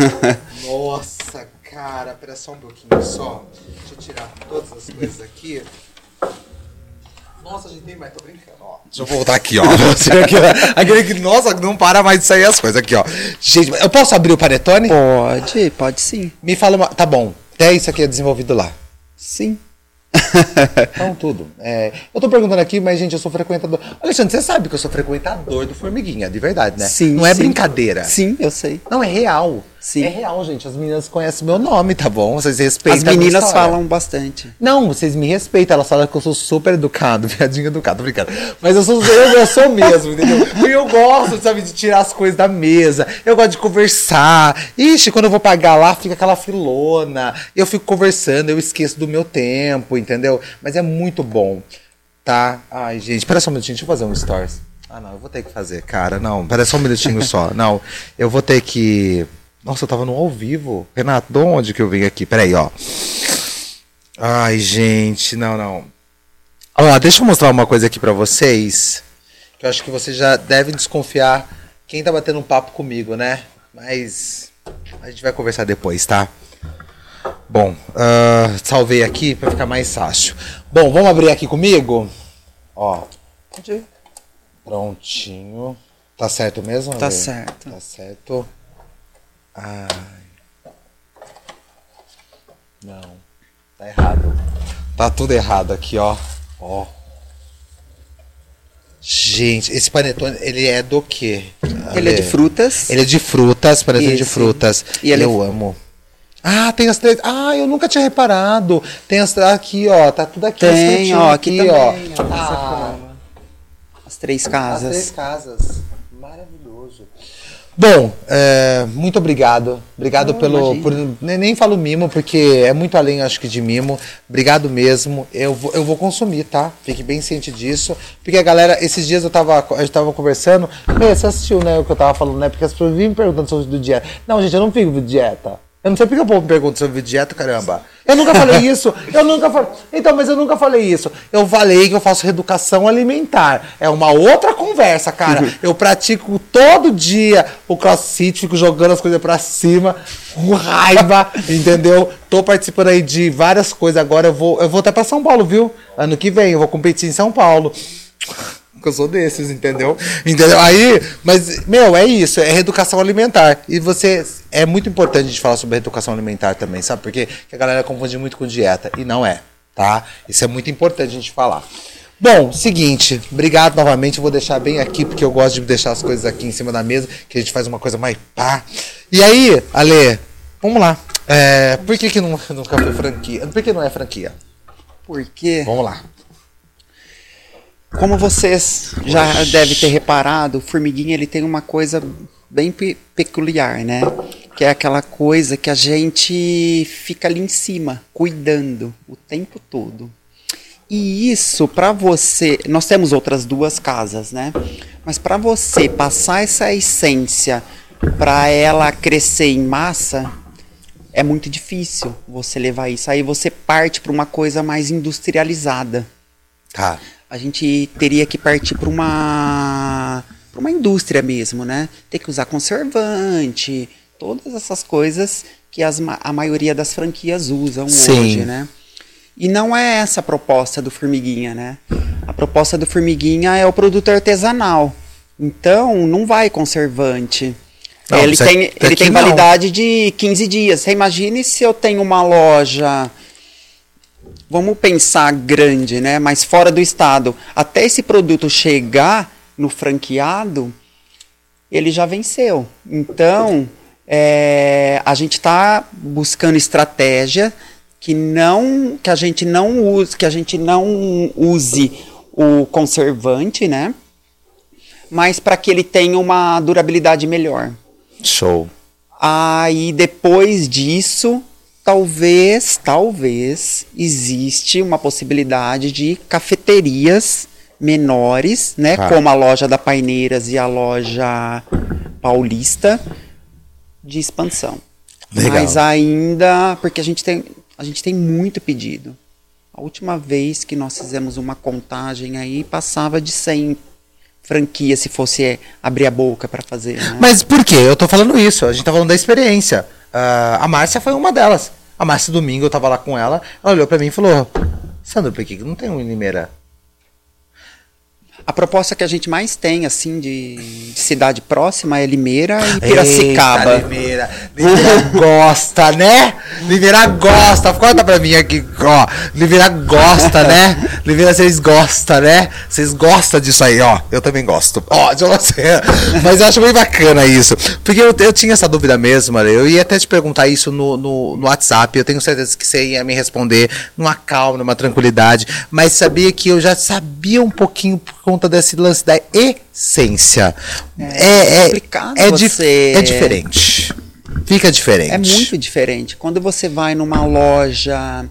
Nossa, cara. Pera só um pouquinho só. Deixa eu tirar todas as coisas aqui. Nossa, gente, tem mais, tô brincando, ó. Deixa eu voltar aqui, ó. Aquele que, nossa, não para mais de sair as coisas aqui, ó. Gente, eu posso abrir o panetone? Pode, pode sim. Me fala uma... Tá bom, até isso aqui é desenvolvido lá. Sim. Então, tudo. É, eu tô perguntando aqui, mas, gente, eu sou frequentador. Alexandre, você sabe que eu sou frequentador do Formiguinha, de verdade, né? Sim. Não é sim. brincadeira. Sim, eu sei. Não, é real. Sim. É real, gente. As meninas conhecem meu nome, tá bom? Vocês respeitam. As meninas falam bastante. Não, vocês me respeitam. Elas falam que eu sou super educado, viadinho educado, tô brincando. Mas eu sou, eu, eu sou mesmo, entendeu? E eu gosto, sabe, de tirar as coisas da mesa. Eu gosto de conversar. Ixi, quando eu vou pagar lá, fica aquela filona. Eu fico conversando, eu esqueço do meu tempo, entendeu? Mas é muito bom, tá? Ai, gente, espera só um minutinho, deixa eu fazer um stories. Ah, não, eu vou ter que fazer, cara. Não, espera só um minutinho só. Não, eu vou ter que... Nossa, eu tava no ao vivo. Renato, de onde que eu vim aqui? Peraí, ó. Ai, gente, não, não. Ó, deixa eu mostrar uma coisa aqui pra vocês. Que eu acho que vocês já devem desconfiar quem tá batendo um papo comigo, né? Mas a gente vai conversar depois, tá? Bom, uh, salvei aqui pra ficar mais fácil. Bom, vamos abrir aqui comigo? Ó. Pode ir. Prontinho. Tá certo mesmo? Tá Ale? certo. Tá certo. Ai. Não. Tá errado. Tá tudo errado aqui, ó. Ó. Gente, esse panetone, ele é do quê? Ele é de frutas. Ele é de frutas, panetone de Esse. frutas. E ele eu é... amo. Ah, tem as três. Ah, eu nunca tinha reparado. Tem as aqui, ó. Tá tudo aqui. Tem, ó. Aqui, aqui ó. também, ó. Ah. As três casas. As três casas. Maravilhoso. Bom, é, muito obrigado. Obrigado Não, pelo. Por, nem, nem falo mimo, porque é muito além, acho que, de mimo. Obrigado mesmo. Eu vou, eu vou consumir, tá? Fique bem ciente disso. Porque a galera, esses dias eu tava, eu tava conversando. Meu, você assistiu, né, o que eu tava falando, né? Porque as pessoas vivem me perguntando sobre do dieta. Não, gente, eu não fico de dieta. Eu não sei porque o povo me pergunta sobre dieta, caramba. Eu nunca falei isso. Eu nunca falei. Então, mas eu nunca falei isso. Eu falei que eu faço reeducação alimentar. É uma outra conversa, cara. Uhum. Eu pratico todo dia o CrossFit, fico jogando as coisas pra cima, com raiva, entendeu? Tô participando aí de várias coisas. Agora eu vou, eu vou até pra São Paulo, viu? Ano que vem eu vou competir em São Paulo. Eu sou desses, entendeu? Entendeu? Aí, mas, meu, é isso, é reeducação alimentar. E você, é muito importante a gente falar sobre reeducação alimentar também, sabe? Porque a galera confunde muito com dieta, e não é, tá? Isso é muito importante a gente falar. Bom, seguinte, obrigado novamente, eu vou deixar bem aqui, porque eu gosto de deixar as coisas aqui em cima da mesa, que a gente faz uma coisa mais pá. E aí, Ale, vamos lá. É, por que que não, nunca foi franquia? Por que não é franquia? Por quê? Vamos lá. Como vocês já Oxi. devem ter reparado, o Formiguinha ele tem uma coisa bem pe- peculiar, né? Que é aquela coisa que a gente fica ali em cima, cuidando o tempo todo. E isso, para você... Nós temos outras duas casas, né? Mas para você passar essa essência para ela crescer em massa, é muito difícil você levar isso. Aí você parte para uma coisa mais industrializada. Tá. A gente teria que partir para uma, para uma indústria mesmo, né? Ter que usar conservante, todas essas coisas que as, a maioria das franquias usam Sim. hoje, né? E não é essa a proposta do Formiguinha, né? A proposta do Formiguinha é o produto artesanal. Então, não vai conservante. Não, ele tem, ele tem validade de quinze dias. Você imagine se eu tenho uma loja... Vamos pensar grande, né? Mas fora do estado. Até esse produto chegar no franqueado, ele já venceu. Então, é, a gente está buscando estratégia que não, que a gente não use, que a gente não use o conservante, né? Mas para que ele tenha uma durabilidade melhor. Show. Aí depois disso Talvez, talvez, existe uma possibilidade de cafeterias menores, né? Ah. Como a loja da Paineiras e a loja Paulista, de expansão. Legal. Mas ainda, porque a gente tem, a gente tem muito pedido. A última vez que nós fizemos uma contagem aí, passava de cem franquias, se fosse abrir a boca para fazer. Né? Mas por quê? Eu tô falando isso, a gente tá falando da experiência. Uh, a Márcia foi uma delas. A Márcia, domingo, eu tava lá com ela. Ela olhou pra mim e falou: Sandro, por que não tem um em Limeira? A proposta que a gente mais tem, assim, de, de cidade próxima é Limeira e Piracicaba. Eita, Limeira. Limeira gosta, né? Limeira gosta. Conta pra mim aqui, ó. Limeira gosta, né? Limeira, vocês gostam, né? Vocês gostam disso aí, ó. Eu também gosto. Ó, de você. Mas eu acho bem bacana isso. Porque eu, eu tinha essa dúvida mesmo, Ale. Eu ia até te perguntar isso no, no, no WhatsApp. Eu tenho certeza que você ia me responder numa calma, numa tranquilidade. Mas sabia que eu já sabia um pouquinho por conta desse lance da essência. É, é, complicado é, dif você... é diferente. Fica diferente. É muito diferente. Quando você vai numa loja,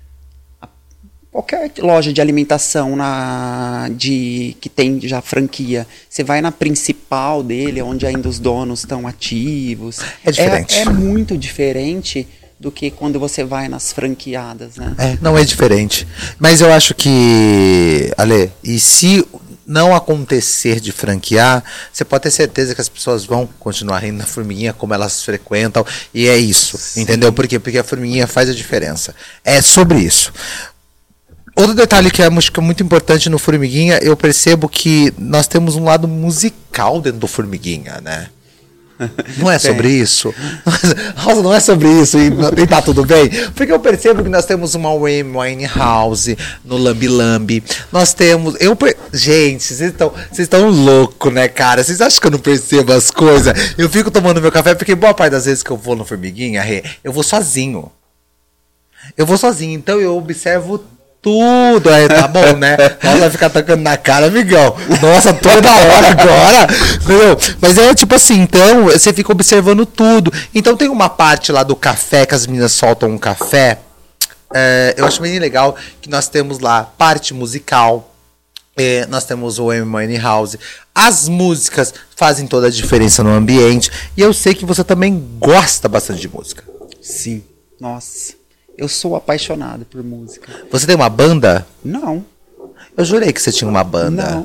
qualquer loja de alimentação na, de, que tem já franquia, você vai na principal dele, onde ainda os donos estão ativos. É diferente. É, é muito diferente do que quando você vai nas franqueadas, né? É, não é diferente. Mas eu acho que, Ale, e se não acontecer de franquear, você pode ter certeza que as pessoas vão continuar indo na formiguinha como elas frequentam, e é isso, Sim. entendeu? Por quê? Porque a formiguinha faz a diferença. É sobre isso. Outro detalhe que é muito importante no Formiguinha, eu percebo que nós temos um lado musical dentro do Formiguinha, né? Não é sobre isso? Nossa, não é sobre isso e, e tá tudo bem? Porque eu percebo que nós temos uma Amy Winehouse no Lambi Lambi. Nós temos... Eu, gente, vocês estão vocês estão loucos, né, cara? Vocês acham que eu não percebo as coisas? Eu fico tomando meu café porque boa parte das vezes que eu vou no Formiguinha, eu vou sozinho. Eu vou sozinho, então eu observo tudo, aí tá bom, né? Nossa, vai ficar tocando na cara, amigão. Nossa, toda hora agora. Entendeu? Mas é tipo assim, então você fica observando tudo. Então tem uma parte lá do café, que as meninas soltam um café. É, eu acho bem legal que nós temos lá parte musical. É, nós temos o Amy Winehouse. As músicas fazem toda a diferença no ambiente. E eu sei que você também gosta bastante de música. Sim, nossa. Eu sou apaixonado por música. Você tem uma banda? Não. Eu jurei que você tinha uma banda. Não.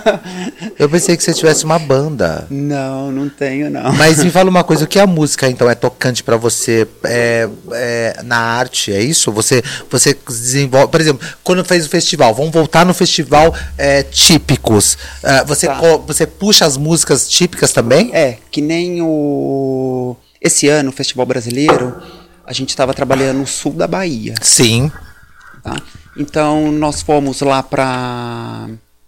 Eu pensei que você tivesse uma banda. Não, não tenho, não. Mas me fala uma coisa, o que a música, então, é tocante pra você é, é, na arte, é isso? Você, você desenvolve... Por exemplo, quando fez o festival, vamos voltar no festival é, típicos. Uh, você, tá. você puxa as músicas típicas também? É, que nem o... Esse ano, o Festival Brasileiro... A gente estava trabalhando no sul da Bahia. Sim. Tá? Então, nós fomos lá para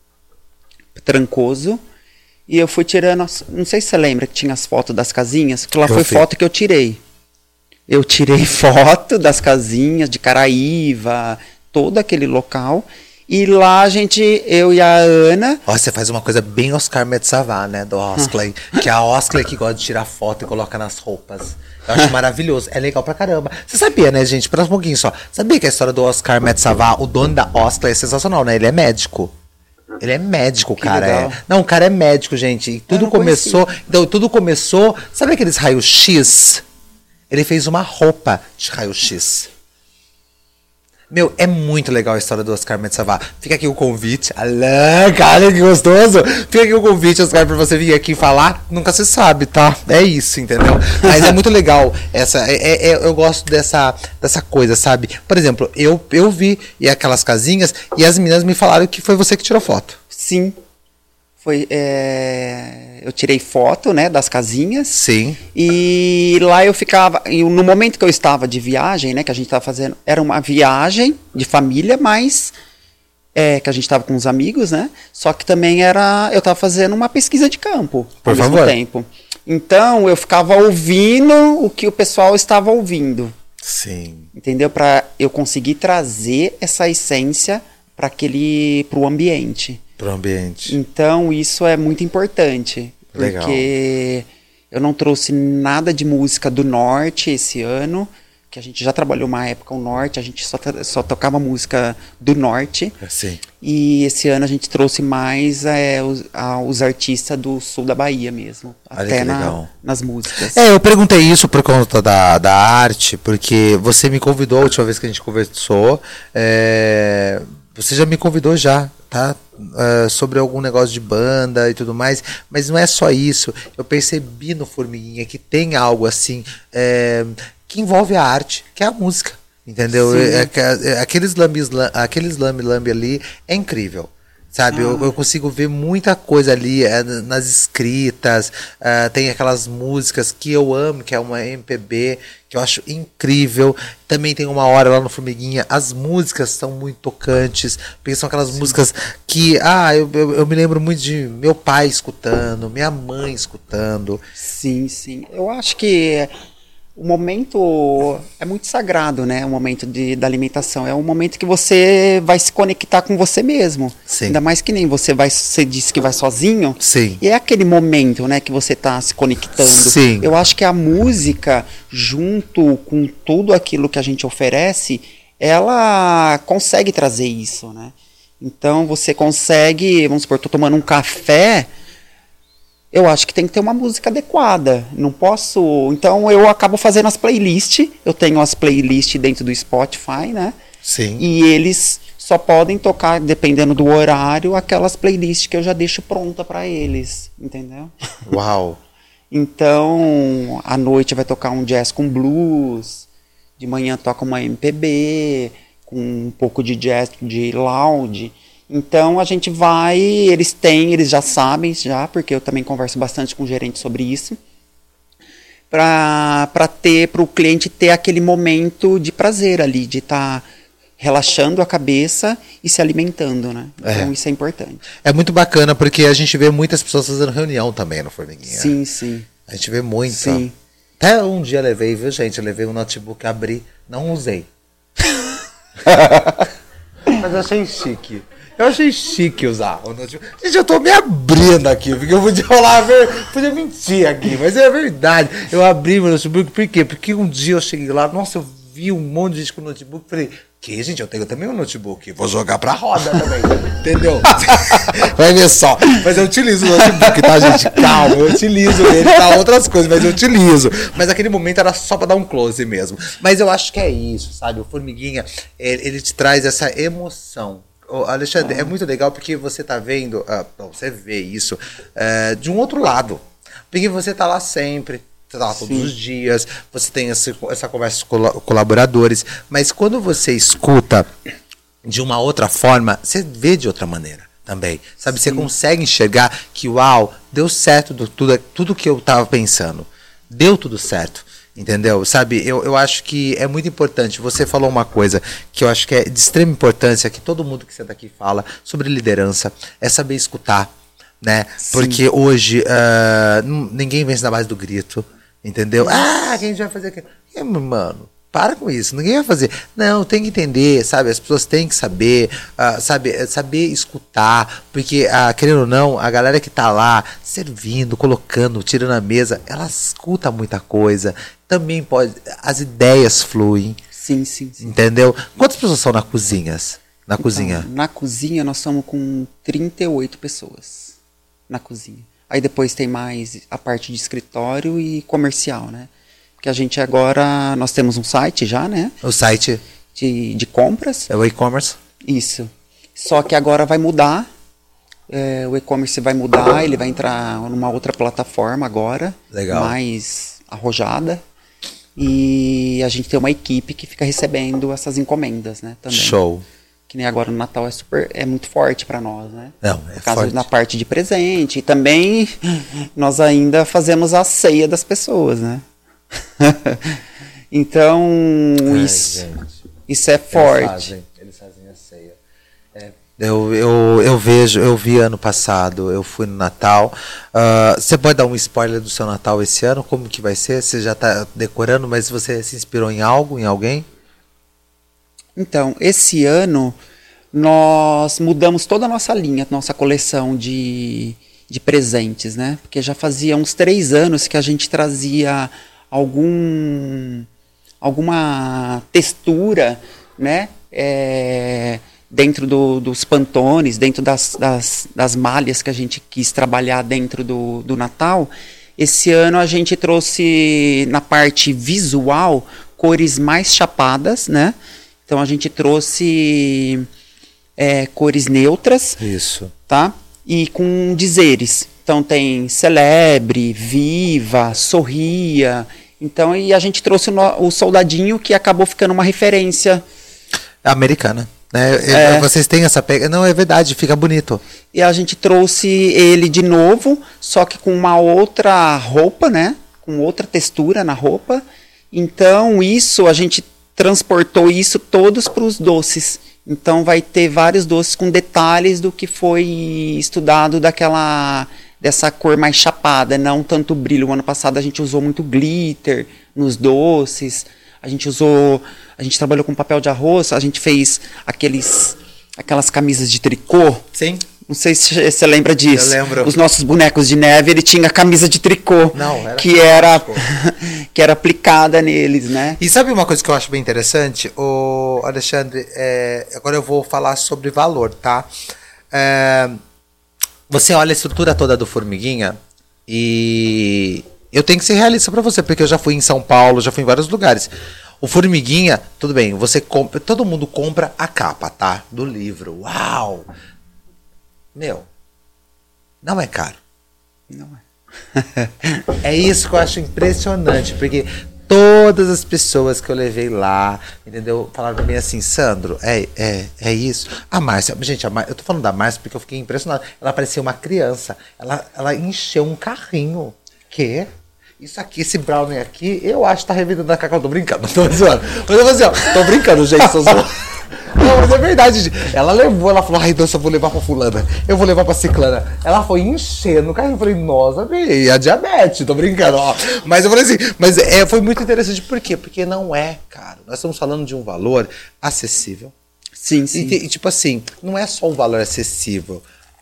Trancoso. E eu fui tirando... As, não sei se você lembra que tinha as fotos das casinhas. Que lá eu foi vi. Foto que eu tirei. Eu tirei foto das casinhas de Caraíva, todo aquele local. E lá a gente, eu e a Ana... Ó, você faz uma coisa bem Oscar Metsavá, né? Do Oskley. Que é a Oskley que gosta de tirar foto e coloca nas roupas. Eu acho maravilhoso. É legal pra caramba. Você sabia, né, gente? Espera um pouquinho só. Sabia que a história do Oscar Metsavá, o dono da Oskley, é sensacional, né? Ele é médico. Ele é médico, que cara. É. Não, o cara é médico, gente. E tudo começou... Então, tudo começou... Sabe aqueles raios-x? Ele fez uma roupa de raio-x. Meu, é muito legal a história do Oscar Metsavá. Fica aqui o convite. Alã, cara, que gostoso. Fica aqui o convite, Oscar, pra você vir aqui falar. Nunca se sabe, tá? É isso, entendeu? Mas é muito legal. Essa, é, é, eu gosto dessa, dessa coisa, sabe? Por exemplo, eu, eu vi e aquelas casinhas e as meninas me falaram que foi você que tirou foto. Sim. Foi, é, eu tirei foto, né, das casinhas. Sim. E lá eu ficava, e no momento que eu estava de viagem, né, que a gente estava fazendo, era uma viagem de família, mas é, que a gente estava com os amigos, né, só que também era, eu estava fazendo uma pesquisa de campo ao mesmo tempo. Então eu ficava ouvindo o que o pessoal estava ouvindo. Sim. Entendeu? Para eu conseguir trazer essa essência para aquele, para o ambiente. Pro ambiente. Então isso é muito importante. Legal. Porque eu não trouxe nada de música do norte esse ano, que a gente já trabalhou uma época o norte, a gente só, só tocava música do norte. Sim. E esse ano a gente trouxe mais é, os, a, os artistas do sul da Bahia mesmo. Olha até que na, legal. nas músicas. É, eu perguntei isso por conta da, da arte, porque você me convidou a última vez que a gente conversou. É, você já me convidou já, tá? Uh, sobre algum negócio de banda e tudo mais, mas não é só isso. Eu percebi no Formiguinha que tem algo assim é, que envolve a arte, que é a música, entendeu? É, é, é, aqueles lambi aqueles lambi lambi ali é incrível. Sabe, Ah. eu, eu consigo ver muita coisa ali é, nas escritas, é, tem aquelas músicas que eu amo, que é uma M P B, que eu acho incrível. Também tem uma hora lá no Formiguinha, as músicas são muito tocantes, porque são aquelas Sim. músicas que, ah, eu, eu, eu me lembro muito de meu pai escutando, minha mãe escutando. Sim, sim. Eu acho que o momento é muito sagrado, né? O momento de, da alimentação. É um momento que você vai se conectar com você mesmo. Sim. Ainda mais que nem você vai, você disse que vai sozinho. Sim. E é aquele momento, né, que você tá se conectando. Sim. Eu acho que a música, junto com tudo aquilo que a gente oferece, ela consegue trazer isso, né? Então você consegue, vamos supor, tô tomando um café. Eu acho que tem que ter uma música adequada. Não posso. Então eu acabo fazendo as playlists. Eu tenho as playlists dentro do Spotify, né? Sim. E eles só podem tocar, dependendo do horário, aquelas playlists que eu já deixo pronta para eles. Entendeu? Uau! Então, à noite vai tocar um jazz com blues. De manhã toca uma M P B. Com um pouco de jazz de lounge. Então a gente vai, eles têm, eles já sabem, já, porque eu também converso bastante com o gerente sobre isso, para ter, para o cliente ter aquele momento de prazer ali, de estar tá relaxando a cabeça e se alimentando, né? Então é. Isso é importante. É muito bacana, porque a gente vê muitas pessoas fazendo reunião também no Formiguinha. Sim, sim. A gente vê muito. Sim. Até um dia levei, viu, gente? Eu levei um notebook, abri, não usei. Mas achei chique. Eu achei chique usar o notebook. Gente, eu tô me abrindo aqui, porque eu podia falar, podia mentir aqui, mas é verdade. Eu abri meu notebook, por quê? Porque um dia eu cheguei lá, nossa, eu vi um monte de gente com notebook, falei, que, gente, eu tenho também um notebook, vou jogar pra roda também, entendeu? Vai ver só. Mas eu utilizo o notebook, tá, gente? Calma, eu utilizo ele pra outras coisas, mas eu utilizo. Mas aquele momento era só pra dar um close mesmo. Mas eu acho que é isso, sabe? O Formiguinha, ele, ele te traz essa emoção. Ô, Alexandre, ah. é muito legal porque você tá vendo, uh, você vê isso uh, de um outro lado. Porque você tá lá sempre, tá lá todos Sim. os dias, você tem essa, essa conversa com colaboradores, mas quando você escuta de uma outra forma, você vê de outra maneira também. Sabe, Sim. você consegue enxergar que, uau, deu certo do, tudo, tudo que eu tava pensando. Deu tudo certo. Entendeu? Sabe, eu, eu acho que é muito importante. Você falou uma coisa que eu acho que é de extrema importância, que todo mundo que senta aqui fala sobre liderança, é saber escutar, né? Sim. Porque hoje uh, ninguém vence na base do grito, entendeu? Ah, quem vai fazer aquilo? É, mano, para com isso, ninguém vai fazer. Não, tem que entender, sabe? As pessoas têm que saber, uh, sabe, saber escutar, porque, uh, querendo ou não, a galera que tá lá servindo, colocando, tirando a mesa, ela escuta muita coisa. Também pode, as ideias fluem. Sim, sim, sim. Entendeu? Quantas pessoas são na cozinhas? Na então, cozinha? Na cozinha nós somos com trinta e oito pessoas. Na cozinha. Aí depois tem mais a parte de escritório e comercial, né? Porque a gente agora, nós temos um site já, né? O site? De, de compras. É o e-commerce? Isso. Só que agora vai mudar. É, o e-commerce vai mudar, ele vai entrar numa outra plataforma agora. Legal. Mais arrojada. E a gente tem uma equipe que fica recebendo essas encomendas, né? Também. Show. Que nem agora no Natal é super, é muito forte para nós, né? Não, é Por causa forte. da parte de presente. E também nós ainda fazemos a ceia das pessoas, né? Então, Ai, isso, gente. isso é forte. Eles fazem, eles fazem a ceia. É. Eu, eu, eu vejo, eu vi ano passado, eu fui no Natal. Uh, você pode dar um spoiler do seu Natal esse ano? Como que vai ser? Você já está decorando, mas você se inspirou em algo, em alguém? Então, esse ano nós mudamos toda a nossa linha, nossa coleção de, de presentes, né? Porque já fazia uns três anos que a gente trazia algum, alguma textura, né? É, dentro do, dos pantones, dentro das, das, das malhas que a gente quis trabalhar dentro do, do Natal. Esse ano a gente trouxe na parte visual cores mais chapadas, né? Então a gente trouxe é, cores neutras. Isso. Tá? E com dizeres. Então tem celebre, viva, sorria. Então, e a gente trouxe o, no, o soldadinho que acabou ficando uma referência americana. Né? É. Vocês têm essa pega. Não, é verdade, fica bonito. E a gente trouxe ele de novo, só que com uma outra roupa, né? Com outra textura na roupa. Então, isso, a gente transportou isso todos para os doces. Então, vai ter vários doces com detalhes do que foi estudado daquela, dessa cor mais chapada, não tanto brilho. O ano passado a gente usou muito glitter nos doces. A gente usou, a gente trabalhou com papel de arroz, a gente fez aqueles, aquelas camisas de tricô. Sim. Não sei se você lembra disso. Eu lembro. Os nossos bonecos de neve, ele tinha camisa de tricô. Não, era que era que era aplicada neles, né? E sabe uma coisa que eu acho bem interessante? O Alexandre, é, agora eu vou falar sobre valor, tá? É, você olha a estrutura toda do Formiguinha e eu tenho que ser realista pra você, porque eu já fui em São Paulo, já fui em vários lugares. O Formiguinha, tudo bem, você compra, todo mundo compra a capa, tá? Do livro. Uau! Meu, não é caro. Não é. É isso que eu acho impressionante, porque todas as pessoas que eu levei lá, entendeu? Falaram pra mim assim, Sandro, é, é, é isso. A Márcia, gente, a Márcia, eu tô falando da Márcia porque eu fiquei impressionado. Ela parecia uma criança. Ela, ela encheu um carrinho. Que? Isso aqui, esse brownie aqui, eu acho que tá revendendo a Cacau. Tô brincando, tô zoando. Mas eu vou assim, ó, tô brincando, gente, tô zoando. Não, mas é verdade. Ela levou, ela falou, ai, nossa, eu vou levar pra fulana, eu vou levar pra ciclana. Ela foi enchendo o carrinho, eu falei, nossa, e a diabetes, tô brincando, ó. Mas eu falei assim, mas é, foi muito interessante, por quê? Porque não é caro. Nós estamos falando de um valor acessível. Sim, sim. E, e tipo assim, não é só um valor acessível.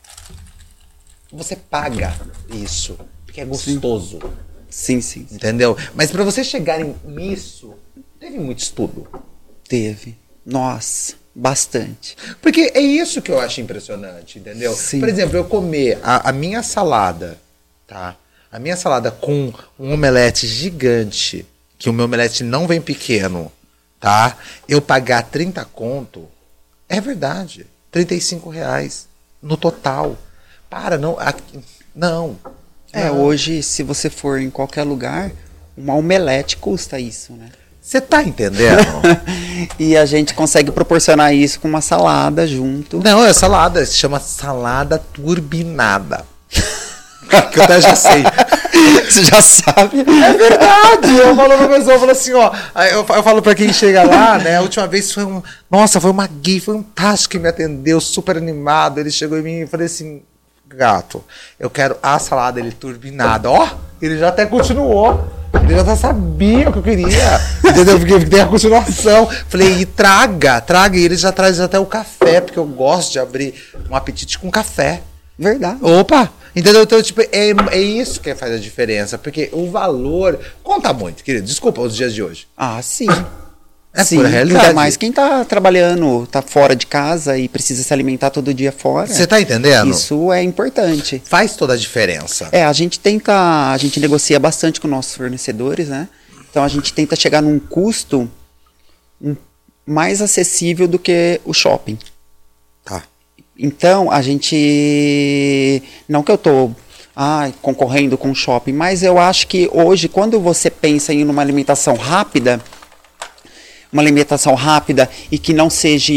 Você paga isso, porque é gostoso. Sim, sim. sim. Entendeu? Mas pra você chegarem nisso, teve muito estudo. Teve. Nossa, bastante. Porque é isso que eu acho impressionante, entendeu? Sim. Por exemplo, eu comer a, a minha salada, tá? A minha salada com um omelete gigante, que o meu omelete não vem pequeno, tá? Eu pagar trinta conto, é verdade. trinta e cinco reais no total. Para, não. Aqui, não. É, não. hoje, se você for em qualquer lugar, uma omelete custa isso, né? Você tá entendendo? E a gente consegue proporcionar isso com uma salada junto. Não, é salada. Se chama salada turbinada. Que eu até já sei. Você já sabe. É verdade. Eu falo pra pessoa, eu falo assim, ó. Eu, eu falo pra quem chega lá, né? A última vez foi um. Nossa, foi uma gay, foi um tacho que me atendeu, super animado. Ele chegou em mim e falei assim, gato, eu quero a salada, ele turbinada. Ó, ele já até continuou. Ele já sabia o que eu queria. Entendeu? Porque tem a continuação. Falei, e traga, traga. E ele já traz até o café, porque eu gosto de abrir um apetite com café. Verdade. Opa! Entendeu? Então, tipo, é, é isso que faz a diferença. Porque o valor conta muito, querido. Desculpa os dias de hoje. Ah, sim. É sim, pura realidade. ainda mais quem tá trabalhando, tá fora de casa e precisa se alimentar todo dia fora. Você tá entendendo? Isso é importante. Faz toda a diferença. É, a gente tenta, a gente negocia bastante com nossos fornecedores, né? Então a gente tenta chegar num custo um, mais acessível do que o shopping. Tá. Então a gente, não que eu tô ah, concorrendo com o shopping, mas eu acho que hoje, quando você pensa em uma alimentação rápida, uma alimentação rápida e que não seja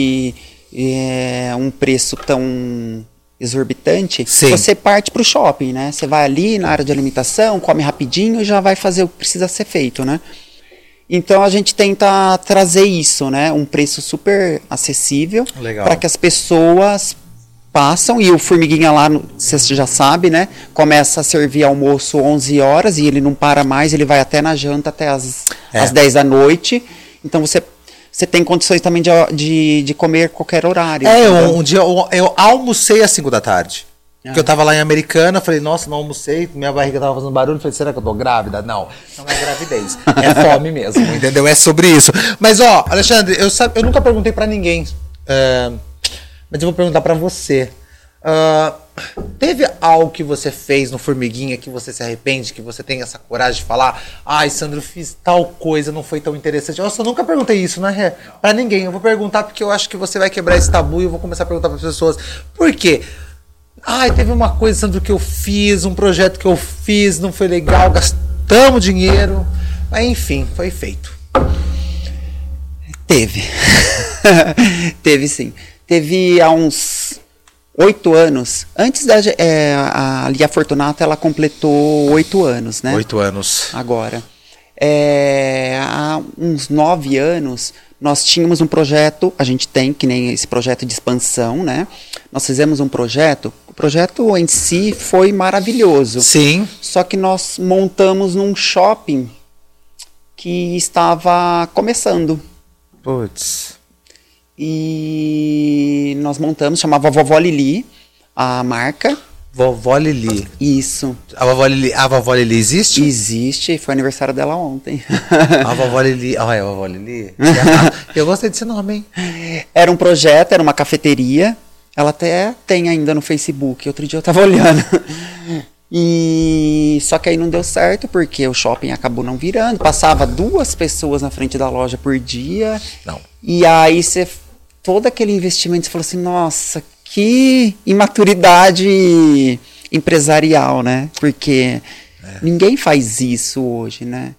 é, um preço tão exorbitante, Sim. você parte para o shopping, né? Você vai ali na área de alimentação, come rapidinho e já vai fazer o que precisa ser feito, né? Então a gente tenta trazer isso, né? Um preço super acessível para que as pessoas passam, e o Formiguinha lá, você já sabe, né? Começa a servir almoço onze horas e ele não para mais, ele vai até na janta até as, é. as dez da noite. Então você, você tem condições também de, de, de comer qualquer horário. É, um, um dia eu, eu almocei às cinco da tarde. Ah. Porque eu tava lá em Americana, falei, nossa, não almocei, minha barriga tava fazendo barulho, falei, será que eu tô grávida? Não, não é gravidez, é fome mesmo, entendeu? É sobre isso. Mas, ó, Alexandre, eu, sabe, eu nunca perguntei pra ninguém, uh, mas eu vou perguntar pra você. Uh, teve algo que você fez no Formiguinha que você se arrepende, que você tem essa coragem de falar, ai, Sandro, fiz tal coisa, não foi tão interessante? Nossa, eu nunca perguntei isso, né? Pra ninguém. Eu vou perguntar porque eu acho que você vai quebrar esse tabu e eu vou começar a perguntar pras pessoas. Por quê? Ai, teve uma coisa, Sandro, que eu fiz, um projeto que eu fiz, não foi legal, gastamos dinheiro, mas enfim, foi feito. Teve. Teve sim. Teve há uns oito anos. Antes da é, a Lia Fortunato, ela completou oito anos, né? Oito anos. Agora. É, há uns nove anos, nós tínhamos um projeto, a gente tem, que nem esse projeto de expansão, né? Nós fizemos um projeto, o projeto em si foi maravilhoso. Sim. Só que nós montamos num shopping que estava começando. Putz. E nós montamos, chamava Vovó Lili, a marca. Vovó Lili. Isso. A vovó Lili, a vovó Lili existe? Existe, foi aniversário dela ontem. A vovó Lili. Olha, a vovó Lili. Eu gostei desse nome, hein? Era um projeto, era uma cafeteria. Ela até tem ainda no Facebook. Outro dia eu tava olhando. E só que aí não deu certo porque o shopping acabou não virando. Passava duas pessoas na frente da loja por dia. Não. E aí você todo aquele investimento, você falou assim, nossa, que imaturidade empresarial, né? Porque é. ninguém faz isso hoje, né?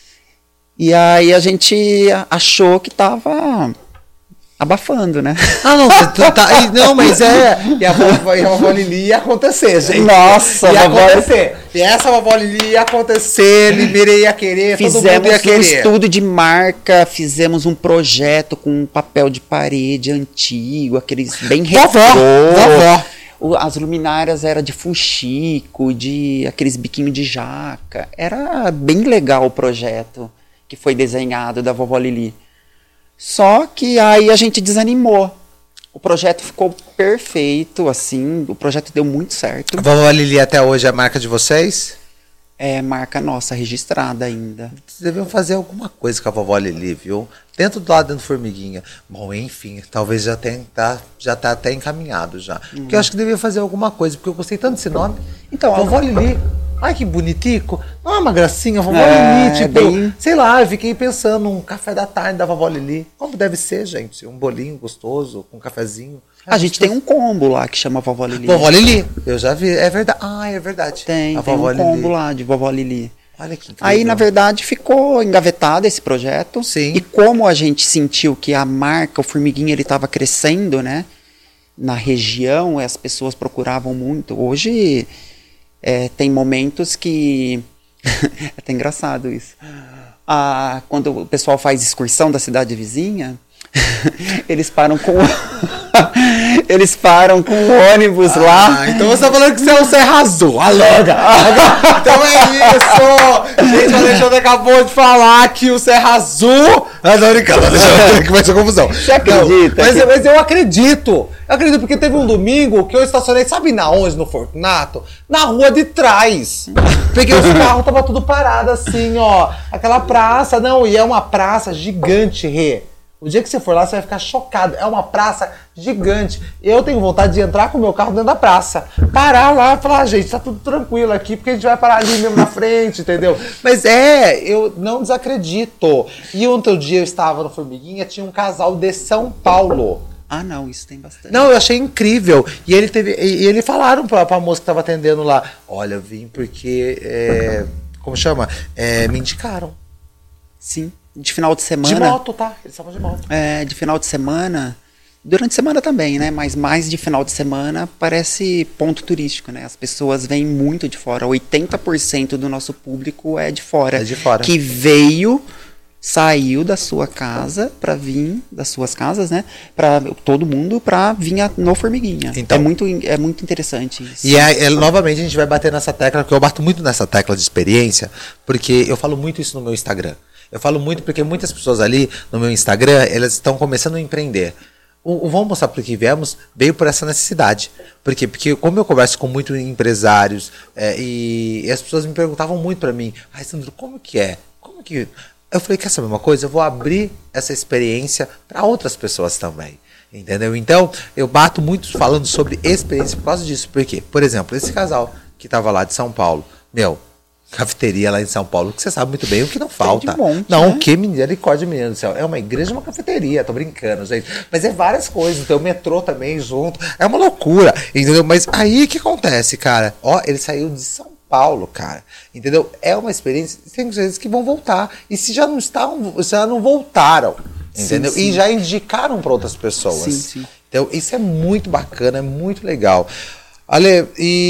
E aí a gente achou que tava abafando, né? Ah, não, tá, não, mas é. E a vovó, e a vovó Lili ia acontecer, gente. Nossa, ia vovó... acontecer. E essa vovó Lili ia acontecer, Limeira ia querer, fizemos todo mundo ia querer. Um estudo de marca, fizemos um projeto com um papel de parede antigo, aqueles bem retrô. Vovó, vovó. As luminárias eram de fuxico, de aqueles biquinhos de jaca. Era bem legal o projeto que foi desenhado da vovó Lili. Só que aí a gente desanimou. O projeto ficou perfeito, assim, o projeto deu muito certo. A vovó Lili até hoje é a marca de vocês? É marca nossa, registrada ainda. Vocês deviam fazer alguma coisa com a vovó Lili, viu? Dentro do lado, dentro do Formiguinha. Bom, enfim, talvez já tenha, tá, já tá até encaminhado já. Uhum. Porque eu acho que devia fazer alguma coisa, porque eu gostei tanto desse nome. Então, a vovó Lili... Ai, que bonitico. Não é uma gracinha, a vovó é, Lili, tipo, bem... sei lá, eu fiquei pensando um café da tarde da vovó Lili. Como deve ser, gente? Um bolinho gostoso, com um cafezinho. É a gostoso. Gente tem um combo lá que chama vovó Lili. Vovó Lili, eu já vi, é verdade. Ah, é verdade. Tem, a tem vovó um Lili. combo lá de vovó Lili. Olha que incrível. Aí, na verdade, ficou engavetado esse projeto. Sim. E como a gente sentiu que a marca, o Formiguinha, ele estava crescendo, né? Na região, as pessoas procuravam muito. Hoje... É, tem momentos que... é até engraçado isso. Ah, quando o pessoal faz excursão da cidade vizinha, eles param com... eles param com o ônibus ah, lá. Então você tá falando que você é o Serra Azul. Aloga! Então é isso! Gente, o Alexandre acabou de falar que o Serra Azul... Ah, não, brincando, Alexandre, que vai ser confusão. Você acredita? Não, mas, que... mas eu acredito. Eu acredito porque teve um domingo que eu estacionei, sabe na onde, no Fortunato? Na rua de trás. Peguei os carros, tava tudo parado assim, ó. Aquela praça, não, e é uma praça gigante, Rê. O dia que você for lá, você vai ficar chocado. É uma praça gigante. Eu tenho vontade de entrar com o meu carro dentro da praça. Parar lá e falar, ah, gente, tá tudo tranquilo aqui, porque a gente vai parar ali mesmo na frente, entendeu? Mas é, eu não desacredito. E outro dia eu estava no Formiguinha, tinha um casal de São Paulo. Ah, não, isso tem bastante. Não, eu achei incrível. E ele teve, e ele falaram pra, pra moça que tava atendendo lá, olha, eu vim porque, é, como chama? É, me indicaram. Sim. De final de semana. De moto, tá? Eles estavam de moto. É, de final de semana. Durante a semana também, né? Mas mais de final de semana parece ponto turístico, né? As pessoas vêm muito de fora. oitenta por cento do nosso público é de fora. É de fora. Que veio, saiu da sua casa para vir, das suas casas, né? Para todo mundo para vir no Formiguinha. Então, é muito, é muito interessante isso. E é, é, novamente a gente vai bater nessa tecla, porque eu bato muito nessa tecla de experiência, porque eu falo muito isso no meu Instagram. Eu falo muito porque muitas pessoas ali no meu Instagram, elas estão começando a empreender. O, o Vamos Mostrar Por Que Viemos veio por essa necessidade. Por quê? Porque como eu converso com muitos empresários é, e, e as pessoas me perguntavam muito para mim, ai, Sandro, como que é? Como que... Eu falei, quer saber uma coisa? Eu vou abrir essa experiência para outras pessoas também. Entendeu? Então, eu bato muito falando sobre experiência por causa disso. Por quê? Por exemplo, esse casal que estava lá de São Paulo, meu... cafeteria lá em São Paulo, que você sabe muito bem o que não falta. Monte, não, né? O que misericórdia, menino do céu. É uma igreja e uma cafeteria, tô brincando, gente. Mas é várias coisas, tem o metrô também junto. É uma loucura, entendeu? Mas aí o que acontece, cara? Ó, ele saiu de São Paulo, cara. Entendeu? É uma experiência, tem coisas que vão voltar. E se já não estão, já não voltaram, entendeu? Sim, sim. E já indicaram para outras pessoas. Sim, sim. Então, isso é muito bacana, é muito legal. Ale,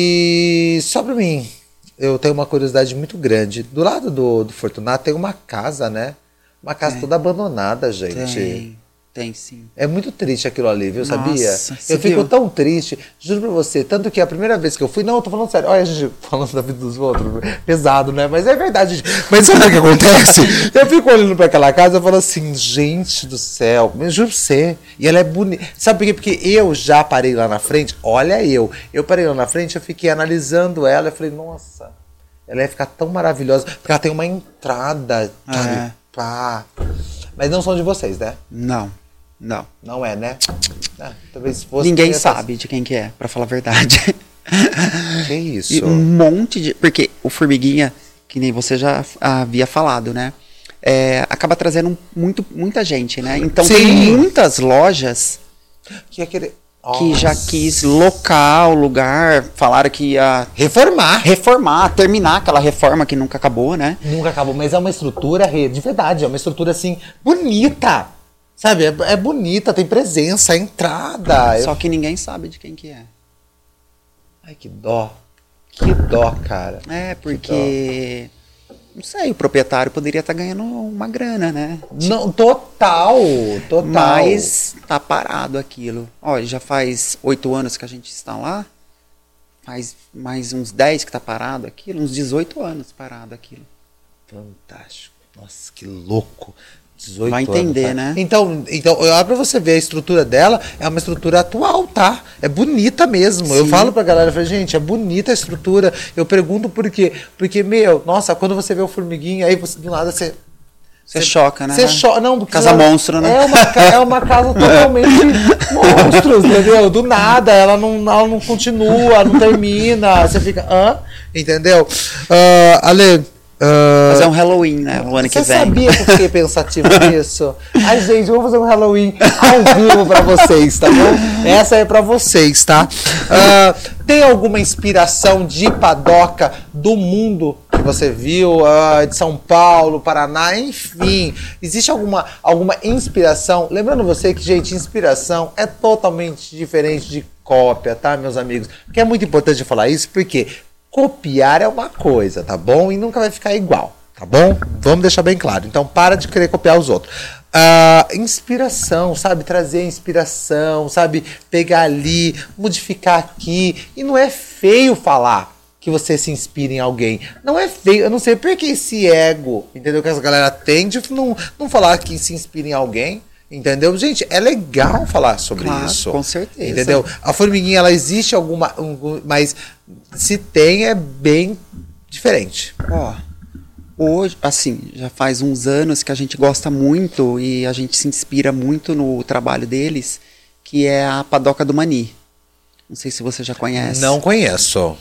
e só para mim, eu tenho uma curiosidade muito grande. Do lado do, do Fortunato tem uma casa, né? Uma casa É. toda abandonada, gente. Tem, tem sim. É muito triste aquilo ali, viu? Nossa, Sabia? você Eu fico viu? tão triste, juro pra você. Tanto que a primeira vez que eu fui, não, eu tô falando sério. Olha a gente falando da vida dos outros. Pesado, né? Mas é verdade. Gente. Mas sabe o que acontece? Eu fico olhando pra aquela casa e falo assim, gente do céu, eu juro pra você. E ela é bonita. Sabe por quê? Porque eu já parei lá na frente. Olha eu. Eu parei lá na frente, eu fiquei analisando ela. Eu falei, nossa, ela ia ficar tão maravilhosa. Porque ela tem uma entrada, sabe? É. Pá. Mas não são de vocês, né? Não, não. Não é, né? Ah, talvez fosse. Ninguém sabe de quem que é, pra falar a verdade. Que isso? E um monte de... Porque o Formiguinha, que nem você já havia falado, né? É, acaba trazendo muito, muita gente, né? Então Sim. tem muitas lojas Que, aquele... que já Nossa. quis local, lugar, falaram que ia Reformar. reformar, terminar aquela reforma que nunca acabou, né? Nunca acabou, mas é uma estrutura Rê, de verdade, é uma estrutura assim, bonita. Sabe? É, é bonita, tem presença, é entrada. Eu- Só que ninguém sabe de quem que é. Ai, que dó. Que dó, cara. É, porque... Não sei, o proprietário poderia estar ganhando uma grana, né? Não, total, total. Mas tá parado aquilo. Ó, já faz oito anos que a gente está lá. Faz mais uns dez que tá parado aquilo. Uns dezoito anos parado aquilo. Fantástico. Nossa, que louco. dezoito Vai entender, anos, tá? né? Então, então, olha pra você ver, a estrutura dela é uma estrutura atual, tá? É bonita mesmo. Eu Sim. falo pra galera, eu falo, gente, é bonita a estrutura. Eu pergunto por quê? Porque, meu, nossa, quando você vê o Formiguinha, aí você, do nada você... Você choca, né? Você choca, não, porque Casa ela- monstro, né? É uma, ca- é uma casa totalmente monstros, entendeu? Do nada, ela não, ela não continua, não termina. Você fica, hã? Entendeu? Ah, Ale... ah, Fazer um Halloween, né? O ano que você vem. sabia que eu fiquei pensativo nisso? Ai, gente, vamos fazer um Halloween ao vivo pra vocês, tá bom? Essa é pra vocês, tá? Ah, tem alguma inspiração de padoca do mundo que você viu? Ah, de São Paulo, Paraná, enfim. Existe alguma, alguma inspiração? Lembrando você que, gente, inspiração é totalmente diferente de cópia, tá, meus amigos? Porque é muito importante falar isso, porque copiar é uma coisa, tá bom? E nunca vai ficar igual, tá bom? Vamos deixar bem claro. Então, para de querer copiar os outros. Ah, inspiração, sabe? Trazer inspiração, sabe? Pegar ali, modificar aqui. E não é feio falar que você se inspira em alguém. Não é feio. Eu não sei por que esse ego, entendeu? Que essa galera tem de não, não falar que se inspira em alguém. Entendeu? Gente, é legal falar sobre Claro, isso. com certeza. Entendeu? A formiguinha, ela existe alguma... um- mas se tem, é bem diferente. Ó, hoje, assim, já faz uns anos que a gente gosta muito e a gente se inspira muito no trabalho deles, que é a Padoca do Mani. Não sei se você já conhece. Não conheço.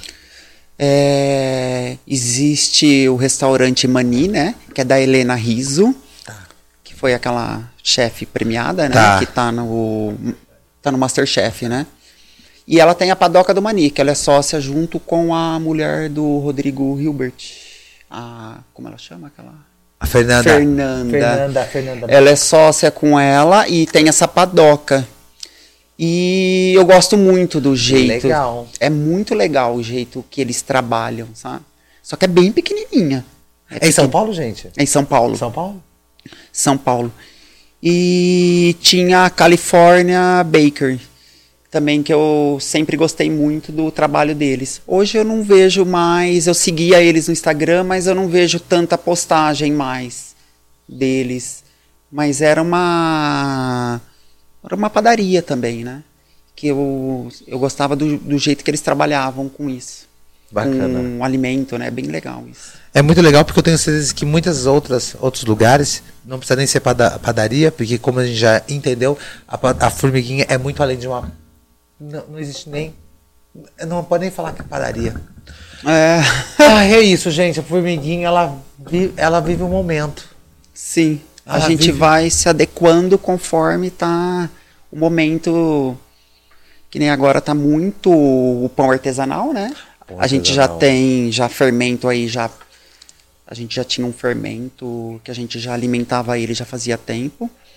É, existe o restaurante Mani, né? Que é da Helena Rizzo, que foi aquela chefe premiada, né? Tá. Que tá no, tá no Masterchef, né? E ela tem a Padoca do Mani, que ela é sócia junto com a mulher do Rodrigo Hilbert. A, como ela chama aquela? A Fernanda. Fernanda. Fernanda, Fernanda. Ela é sócia com ela e tem essa padoca. E eu gosto muito do jeito. legal. É muito legal o jeito que eles trabalham, sabe? Só que é bem pequenininha. É em São Paulo, gente? É em São Paulo. São Paulo? São Paulo. E tinha a California Bakery, também, que eu sempre gostei muito do trabalho deles. Hoje eu não vejo mais, eu seguia eles no Instagram, mas eu não vejo tanta postagem mais deles. Mas era uma era uma padaria também, né? Que eu, eu gostava do, do jeito que eles trabalhavam com isso. Bacana. Com alimento, né? Bem legal isso. É muito legal porque eu tenho certeza que muitas outras outros lugares não precisa nem ser pada- padaria, porque como a gente já entendeu, a, pa- a formiguinha é muito além de uma... Não, não existe nem... Não pode nem falar que é padaria. É, Ah, é isso, gente. A formiguinha, ela, vi, ela vive o momento. sim. A Ela gente vive- vai se adequando conforme tá o momento, que nem agora tá muito o pão artesanal, né? Pão A gente já artesanal. tem já fermento aí, já a gente já tinha um fermento que a gente já alimentava ele já fazia tempo.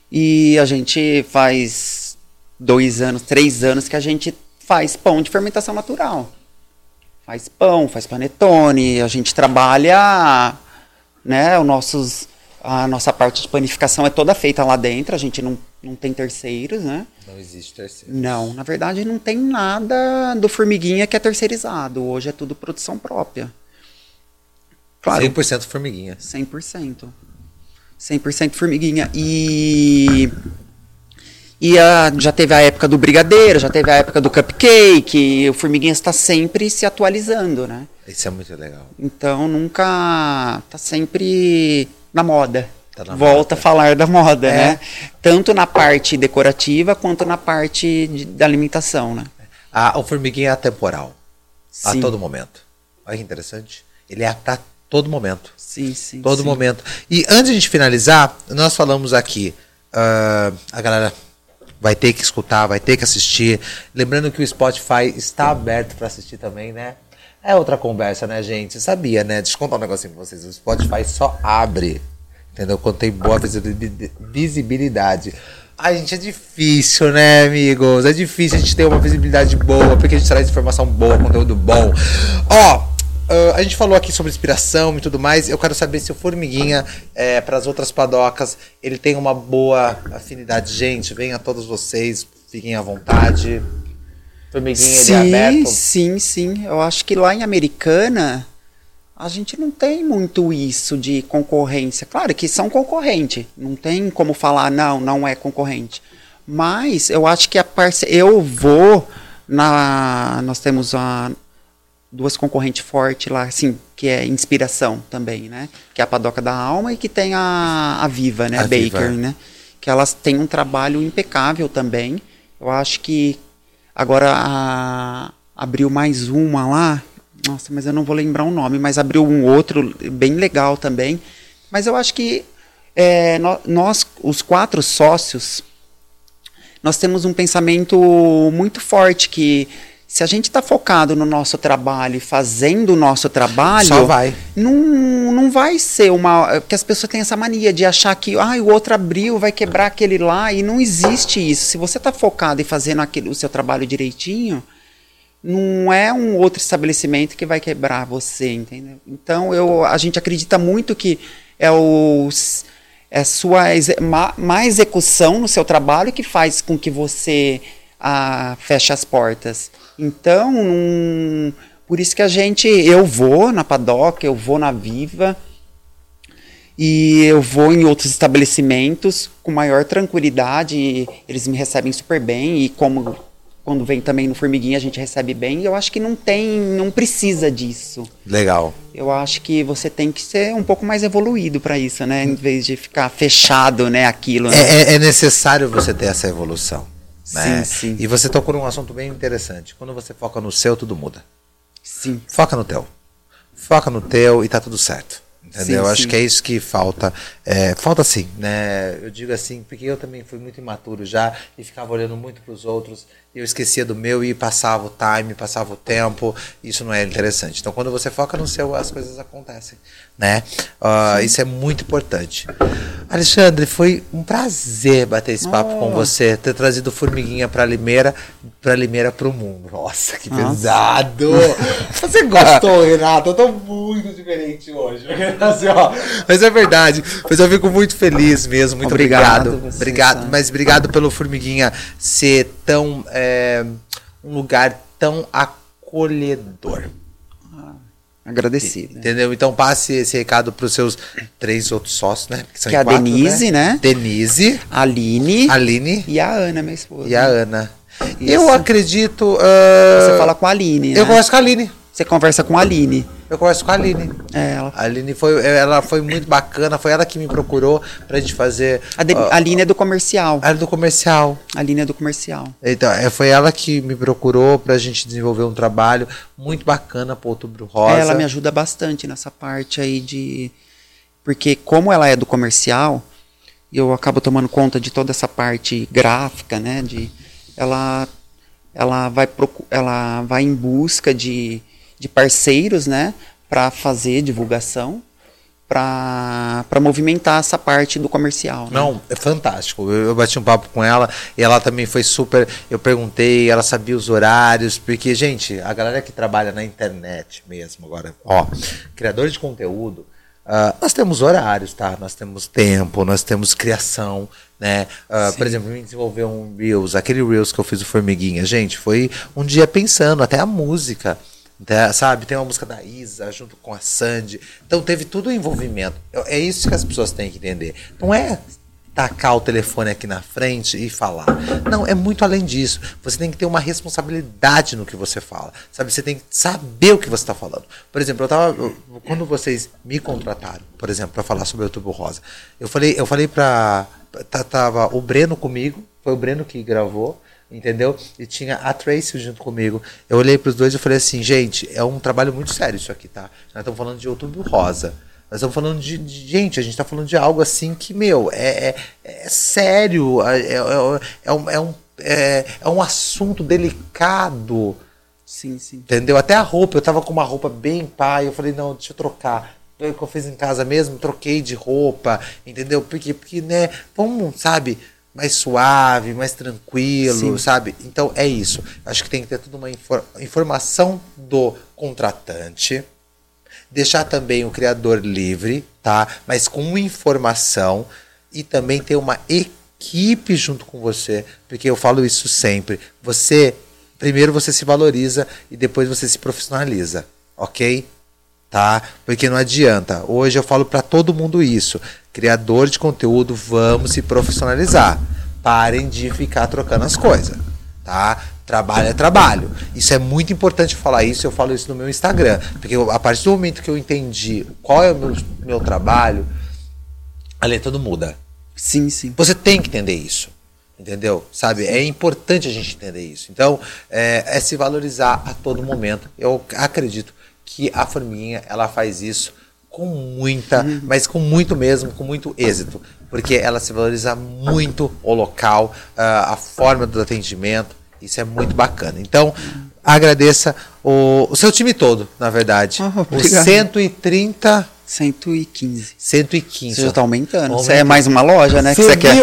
E a gente faz dois anos, três anos que a gente faz pão de fermentação natural. Faz pão, faz panetone, a gente trabalha, né, os nossos, a nossa parte de panificação é toda feita lá dentro, a gente não, não tem terceiros, né? Não existe terceiro. Não, na verdade não tem nada do Formiguinha que é terceirizado, hoje é tudo produção própria. Claro, cem por cento formiguinha. cem por cento. cem por cento formiguinha. E... E a, já teve a época do brigadeiro, já teve a época do cupcake, o Formiguinha está sempre se atualizando, né? Isso é muito legal. Então nunca está sempre na moda. Tá na Volta moda. a falar da moda, É. né? Tanto na parte decorativa quanto na parte de, da alimentação, né? Ah, o formiguinha é atemporal. A Sim. todo momento. Olha que interessante. Ele é para todo momento. Sim, sim. Todo sim. momento. E antes de a gente finalizar, nós falamos aqui, ah, a galera vai ter que escutar, vai ter que assistir. Lembrando que o Spotify está aberto para assistir também, né? É outra conversa, né, gente? Você sabia, né? Deixa eu contar um negocinho pra vocês. O Spotify só abre, entendeu? Quando tem boa visibilidade- visibilidade. Ai, gente, é difícil, né, amigos? É difícil a gente ter uma visibilidade boa, porque a gente traz informação boa, conteúdo bom. Ó, Uh, a gente falou aqui sobre inspiração e tudo mais. Eu quero saber se o Formiguinha, é, para as outras padocas, ele tem uma boa afinidade. Gente, venham todos vocês, fiquem à vontade. Formiguinha, ele Sim, é aberto. sim, sim. Eu acho que lá em Americana a gente não tem muito isso de concorrência. Claro que são concorrente, não tem como falar não, não é concorrente. Mas eu acho que a parceria, eu vou na, nós temos a duas concorrentes fortes lá, assim, que é inspiração também, né? Que é a Padoca da Alma e que tem a, a Viva, né? A Baker, Viva. né? Que elas têm um trabalho impecável também. Eu acho que agora a, abriu mais uma lá, nossa, mas eu não vou lembrar o nome, mas abriu um outro bem legal também. Mas eu acho que é, nó- nós, os quatro sócios, nós temos um pensamento muito forte que se a gente está focado no nosso trabalho e fazendo o nosso trabalho, Só vai. Não, não vai ser uma... Porque as pessoas têm essa mania de achar que ah, o outro abriu, vai quebrar aquele lá, e não existe isso. Se você está focado em fazendo aquele, o seu trabalho direitinho, não é um outro estabelecimento que vai quebrar você, entendeu? Então, eu, a gente acredita muito que é o... É sua exe- má, má execução no seu trabalho que faz com que você ah, feche as portas. Então, não- por isso que a gente, eu vou na Padoca, eu vou na Viva e eu vou em outros estabelecimentos com maior tranquilidade. E eles me recebem super bem e como quando vem também no Formiguinha a gente recebe bem. E eu acho que não tem, não precisa disso. Legal. Eu acho que você tem que ser um pouco mais evoluído para isso, né? Em vez de ficar fechado, né? Aquilo. Né? É, é- é necessário você ter essa evolução. Né? Sim, sim. E você tocou num assunto bem interessante. Quando você foca no seu, tudo muda. Sim. Foca no teu. Foca no teu e tá tudo certo. Entendeu? Sim, Acho sim. que é isso que falta. É, falta sim, né? Eu digo assim, porque eu também fui muito imaturo já e ficava olhando muito para os outros. E eu esquecia do meu e passava o time, passava o tempo. Isso não é interessante. Então, quando você foca no seu, as coisas acontecem, né? Ah, isso é muito importante. Alexandre, foi um prazer bater esse papo Oh. com você, ter trazido Formiguinha para Limeira, para Limeira para o mundo. Nossa, que Nossa. pesado! Você gostou, Renato? Eu tô muito diferente hoje. Assim, ó. Mas é verdade. Mas eu fico muito feliz mesmo. Muito Obrigado, obrigado. você, Obrigado. sabe? Mas obrigado pelo Formiguinha ser tão. é, um lugar tão acolhedor. Agradecido. Entendeu? Então passe esse recado para os seus três outros sócios, né? Porque são Que é a quatro, Denise, né? Denise, A Aline Aline e a Ana, minha esposa. e a Ana. Isso. Eu acredito. ah, Você fala com a Aline, né? Eu converso com a Aline. Você conversa com a Aline. Eu converso com a Aline. É, ela... A Aline foi, ela foi muito bacana, foi ela que me procurou pra gente fazer. A, de... ó, a Aline é do comercial. a área do comercial. A Aline é do comercial. Então, é, foi ela que me procurou pra gente desenvolver um trabalho muito bacana pro Outubro Rosa. Ela me ajuda bastante nessa parte aí de... Porque como ela é do comercial, eu acabo tomando conta de toda essa parte gráfica, né? De... Ela, ela, vai procu... ela vai em busca de, de parceiros, né? Para fazer divulgação. para movimentar essa parte do comercial. Né? Não, é fantástico. Eu, eu bati um papo com ela e ela também foi super. Eu perguntei, ela sabia os horários, porque, gente, a galera que trabalha na internet mesmo, agora, ó, criador de conteúdo. Uh, nós temos horários, tá? Nós temos tempo, nós temos criação, né? Uh, por exemplo, me desenvolver um Reels, aquele Reels que eu fiz o Formiguinha, gente, foi um dia pensando, até a música, até, sabe? Tem uma música da Isa junto com a Sandy, então teve todo o envolvimento. É isso que as pessoas têm que entender. Não é tacar o telefone aqui na frente e falar. Não, é muito além disso. Você tem que ter uma responsabilidade no que você fala. Sabe, você tem que saber o que você está falando. Por exemplo, eu tava, eu, quando vocês me contrataram, por exemplo, para falar sobre o Outubro Rosa, eu falei, eu falei para tava o Breno comigo, foi o Breno que gravou, entendeu? E tinha a Tracy junto comigo. Eu olhei para os dois e falei assim, gente, é um trabalho muito sério isso aqui, tá? Nós estamos falando de Outubro Rosa. Nós estamos falando de, de gente, a gente está falando de algo assim que, meu, é, é, é sério, é, é, é, um, é, um, é, é um assunto delicado. Sim, sim. Entendeu? Até a roupa, eu tava com uma roupa bem pá, eu falei, não, deixa eu trocar. Eu que eu fiz em casa mesmo, troquei de roupa, entendeu? Porque, porque né, vamos, sabe, mais suave, mais tranquilo, sim, sabe? Então é isso. Acho que tem que ter toda uma infor- informação do contratante. Deixar também o criador livre, tá? Mas com informação e também ter uma equipe junto com você, porque eu falo isso sempre. Você, primeiro você se valoriza e depois você se profissionaliza, ok? Tá? Porque não adianta. Hoje eu falo para todo mundo isso. Criador de conteúdo, vamos se profissionalizar. Parem de ficar trocando as coisas, tá? Trabalho é trabalho. Isso é muito importante falar isso, eu falo isso no meu Instagram. Porque eu, a partir do momento que eu entendi qual é o meu, meu trabalho, ali tudo muda. Sim, sim. Você tem que entender isso. Entendeu? Sabe? Sim. É importante a gente entender isso. Então, é, é se valorizar a todo momento. Eu acredito que a Formiguinha, ela faz isso com muita, uhum. mas com muito mesmo, com muito êxito. Porque ela se valoriza muito o local, uh, a forma do atendimento. Isso é muito bacana. Então, agradeça o, o seu time todo, na verdade. Oh, os cento e trinta... cento e quinze. cento e quinze. Você já tá aumentando. Você é mais uma loja, né? Você que você viu?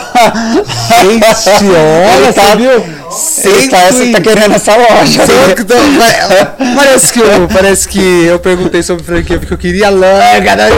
Quer. Gente, olha, tá, você viu? Você tá, você tá querendo essa loja. Não, parece, que eu, parece que eu perguntei sobre franquia porque eu queria larga, né?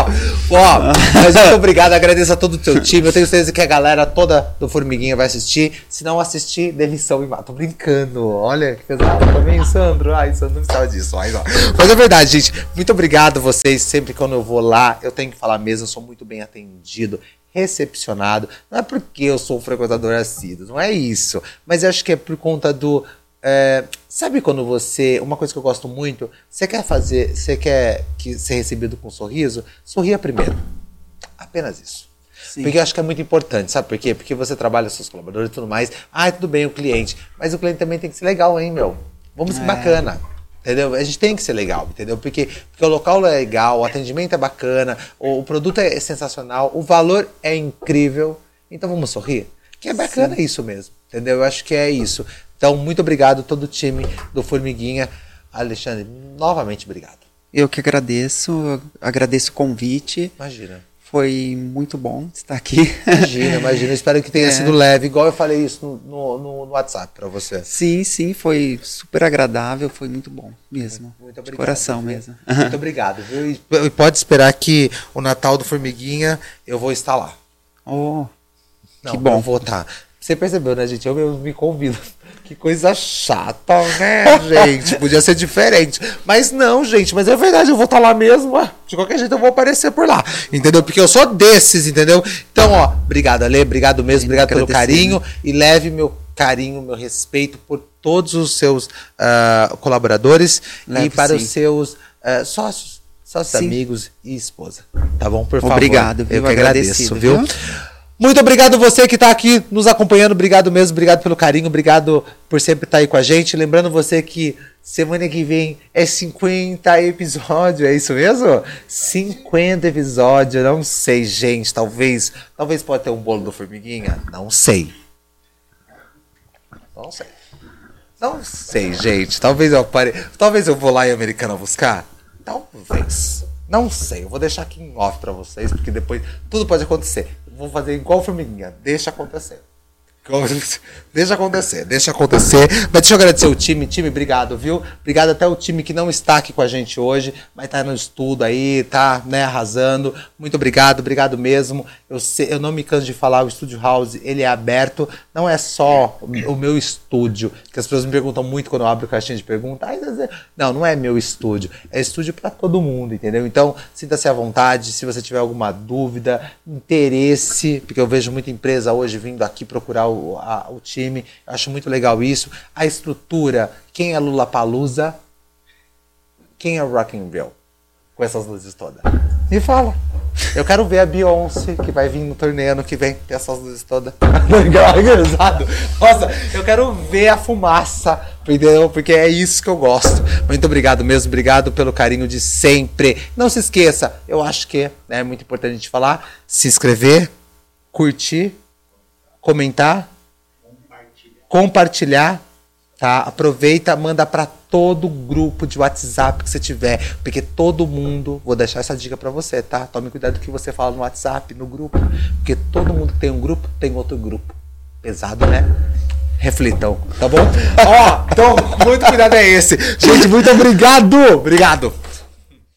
Ó, ó, mas muito obrigado, agradeço a todo o teu time. Eu tenho certeza que a galera toda do Formiguinha vai assistir. Se não assistir, demissão e mata. Tô brincando. Olha que pesado também, Sandro. Ai, Sandro não precisava disso. Ai, não. Mas é verdade, gente. Muito obrigado a vocês. Sempre quando eu vou lá, eu tenho que falar mesmo, eu sou muito bem atendido, recepcionado. Não é porque eu sou um frequentador assíduo, não é isso. Mas eu acho que é por conta do... É, sabe quando você... Uma coisa que eu gosto muito, você quer fazer, você quer que ser recebido com um sorriso? Sorria primeiro. Apenas isso. Sim. Porque eu acho que é muito importante, sabe por quê? Porque você trabalha com seus colaboradores e tudo mais. Ah, tudo bem, o cliente. Mas o cliente também tem que ser legal, hein, meu? Vamos ser é. bacana. Entendeu? A gente tem que ser legal, entendeu? Porque, porque o local é legal, o atendimento é bacana, o, o produto é sensacional, o valor é incrível. Então vamos sorrir? Que é bacana. Sim. Isso mesmo, entendeu? Eu acho que é isso. Então, muito obrigado a todo o time do Formiguinha. Alexandre, novamente obrigado. Eu que agradeço, agradeço o convite. Imagina. Foi muito bom estar aqui. Imagina, imagina. Espero que tenha é. sido leve, igual eu falei isso no, no, no WhatsApp para você. Sim, sim, foi super agradável, foi muito bom mesmo. Muito obrigado. De coração viu? mesmo. Muito obrigado, viu? E pode esperar que o Natal do Formiguinha eu vou estar lá. Oh, Não, que bom. Eu vou estar. Você percebeu, né, gente? Eu mesmo me convido. Que coisa chata, né, gente? Podia ser diferente. Mas não, gente. Mas é verdade, eu vou estar lá mesmo. De qualquer jeito eu vou aparecer por lá. Entendeu? Porque eu sou desses, entendeu? Então, ó, obrigado, Ale. Obrigado mesmo. Obrigado pelo carinho. E leve meu carinho, meu respeito por todos os seus uh, colaboradores. Leve, e para sim. os seus uh, sócios, sócios amigos e esposa. Tá bom? Por favor. Obrigado. Viu? Eu que agradeço, viu? viu? Muito obrigado você que está aqui nos acompanhando, obrigado mesmo, obrigado pelo carinho, obrigado por sempre estar aí com a gente. Lembrando você que semana que vem é cinquenta episódios, é isso mesmo? cinquenta episódios, não sei, gente, talvez, talvez pode ter um bolo do Formiguinha, não sei. Não sei. Não sei, gente, talvez eu pare, talvez eu vou lá em Americana buscar, talvez. Não sei, eu vou deixar aqui em off pra vocês, porque depois tudo pode acontecer. Eu vou fazer igual formiguinha, deixa acontecer. Deixa acontecer, deixa acontecer. Mas deixa eu agradecer o time. Time, obrigado, viu? Obrigado até o time que não está aqui com a gente hoje, mas tá no estudo aí, tá, né, arrasando. Muito obrigado, obrigado mesmo. Eu, sei, eu não me canso de falar, o Estúdio House, ele é aberto. Não é só o meu estúdio, que as pessoas me perguntam muito quando eu abro caixinha de pergunta. Não, não é meu estúdio. É estúdio para todo mundo, entendeu? Então, sinta-se à vontade. Se você tiver alguma dúvida, interesse, porque eu vejo muita empresa hoje vindo aqui procurar o O, a, o time, eu acho muito legal isso. A estrutura, quem é Lollapalooza, quem é Rock in Rio, com essas luzes todas? Me fala. Eu quero ver a Beyoncé, que vai vir no torneio ano que vem, com essas luzes todas. Legal, engraçado. Nossa, eu quero ver a fumaça, entendeu? Porque é isso que eu gosto. Muito obrigado mesmo, obrigado pelo carinho de sempre. Não se esqueça, eu acho que é muito importante a gente falar, se inscrever, curtir, comentar, compartilhar, tá? Aproveita, manda para todo grupo de WhatsApp que você tiver, porque todo mundo, vou deixar essa dica para você, tá? Tome cuidado do que você fala no WhatsApp, no grupo, porque todo mundo que tem um grupo tem outro grupo. Pesado, né? Reflitam, tá bom? Ó, então, muito cuidado é esse. Gente, muito obrigado! Obrigado!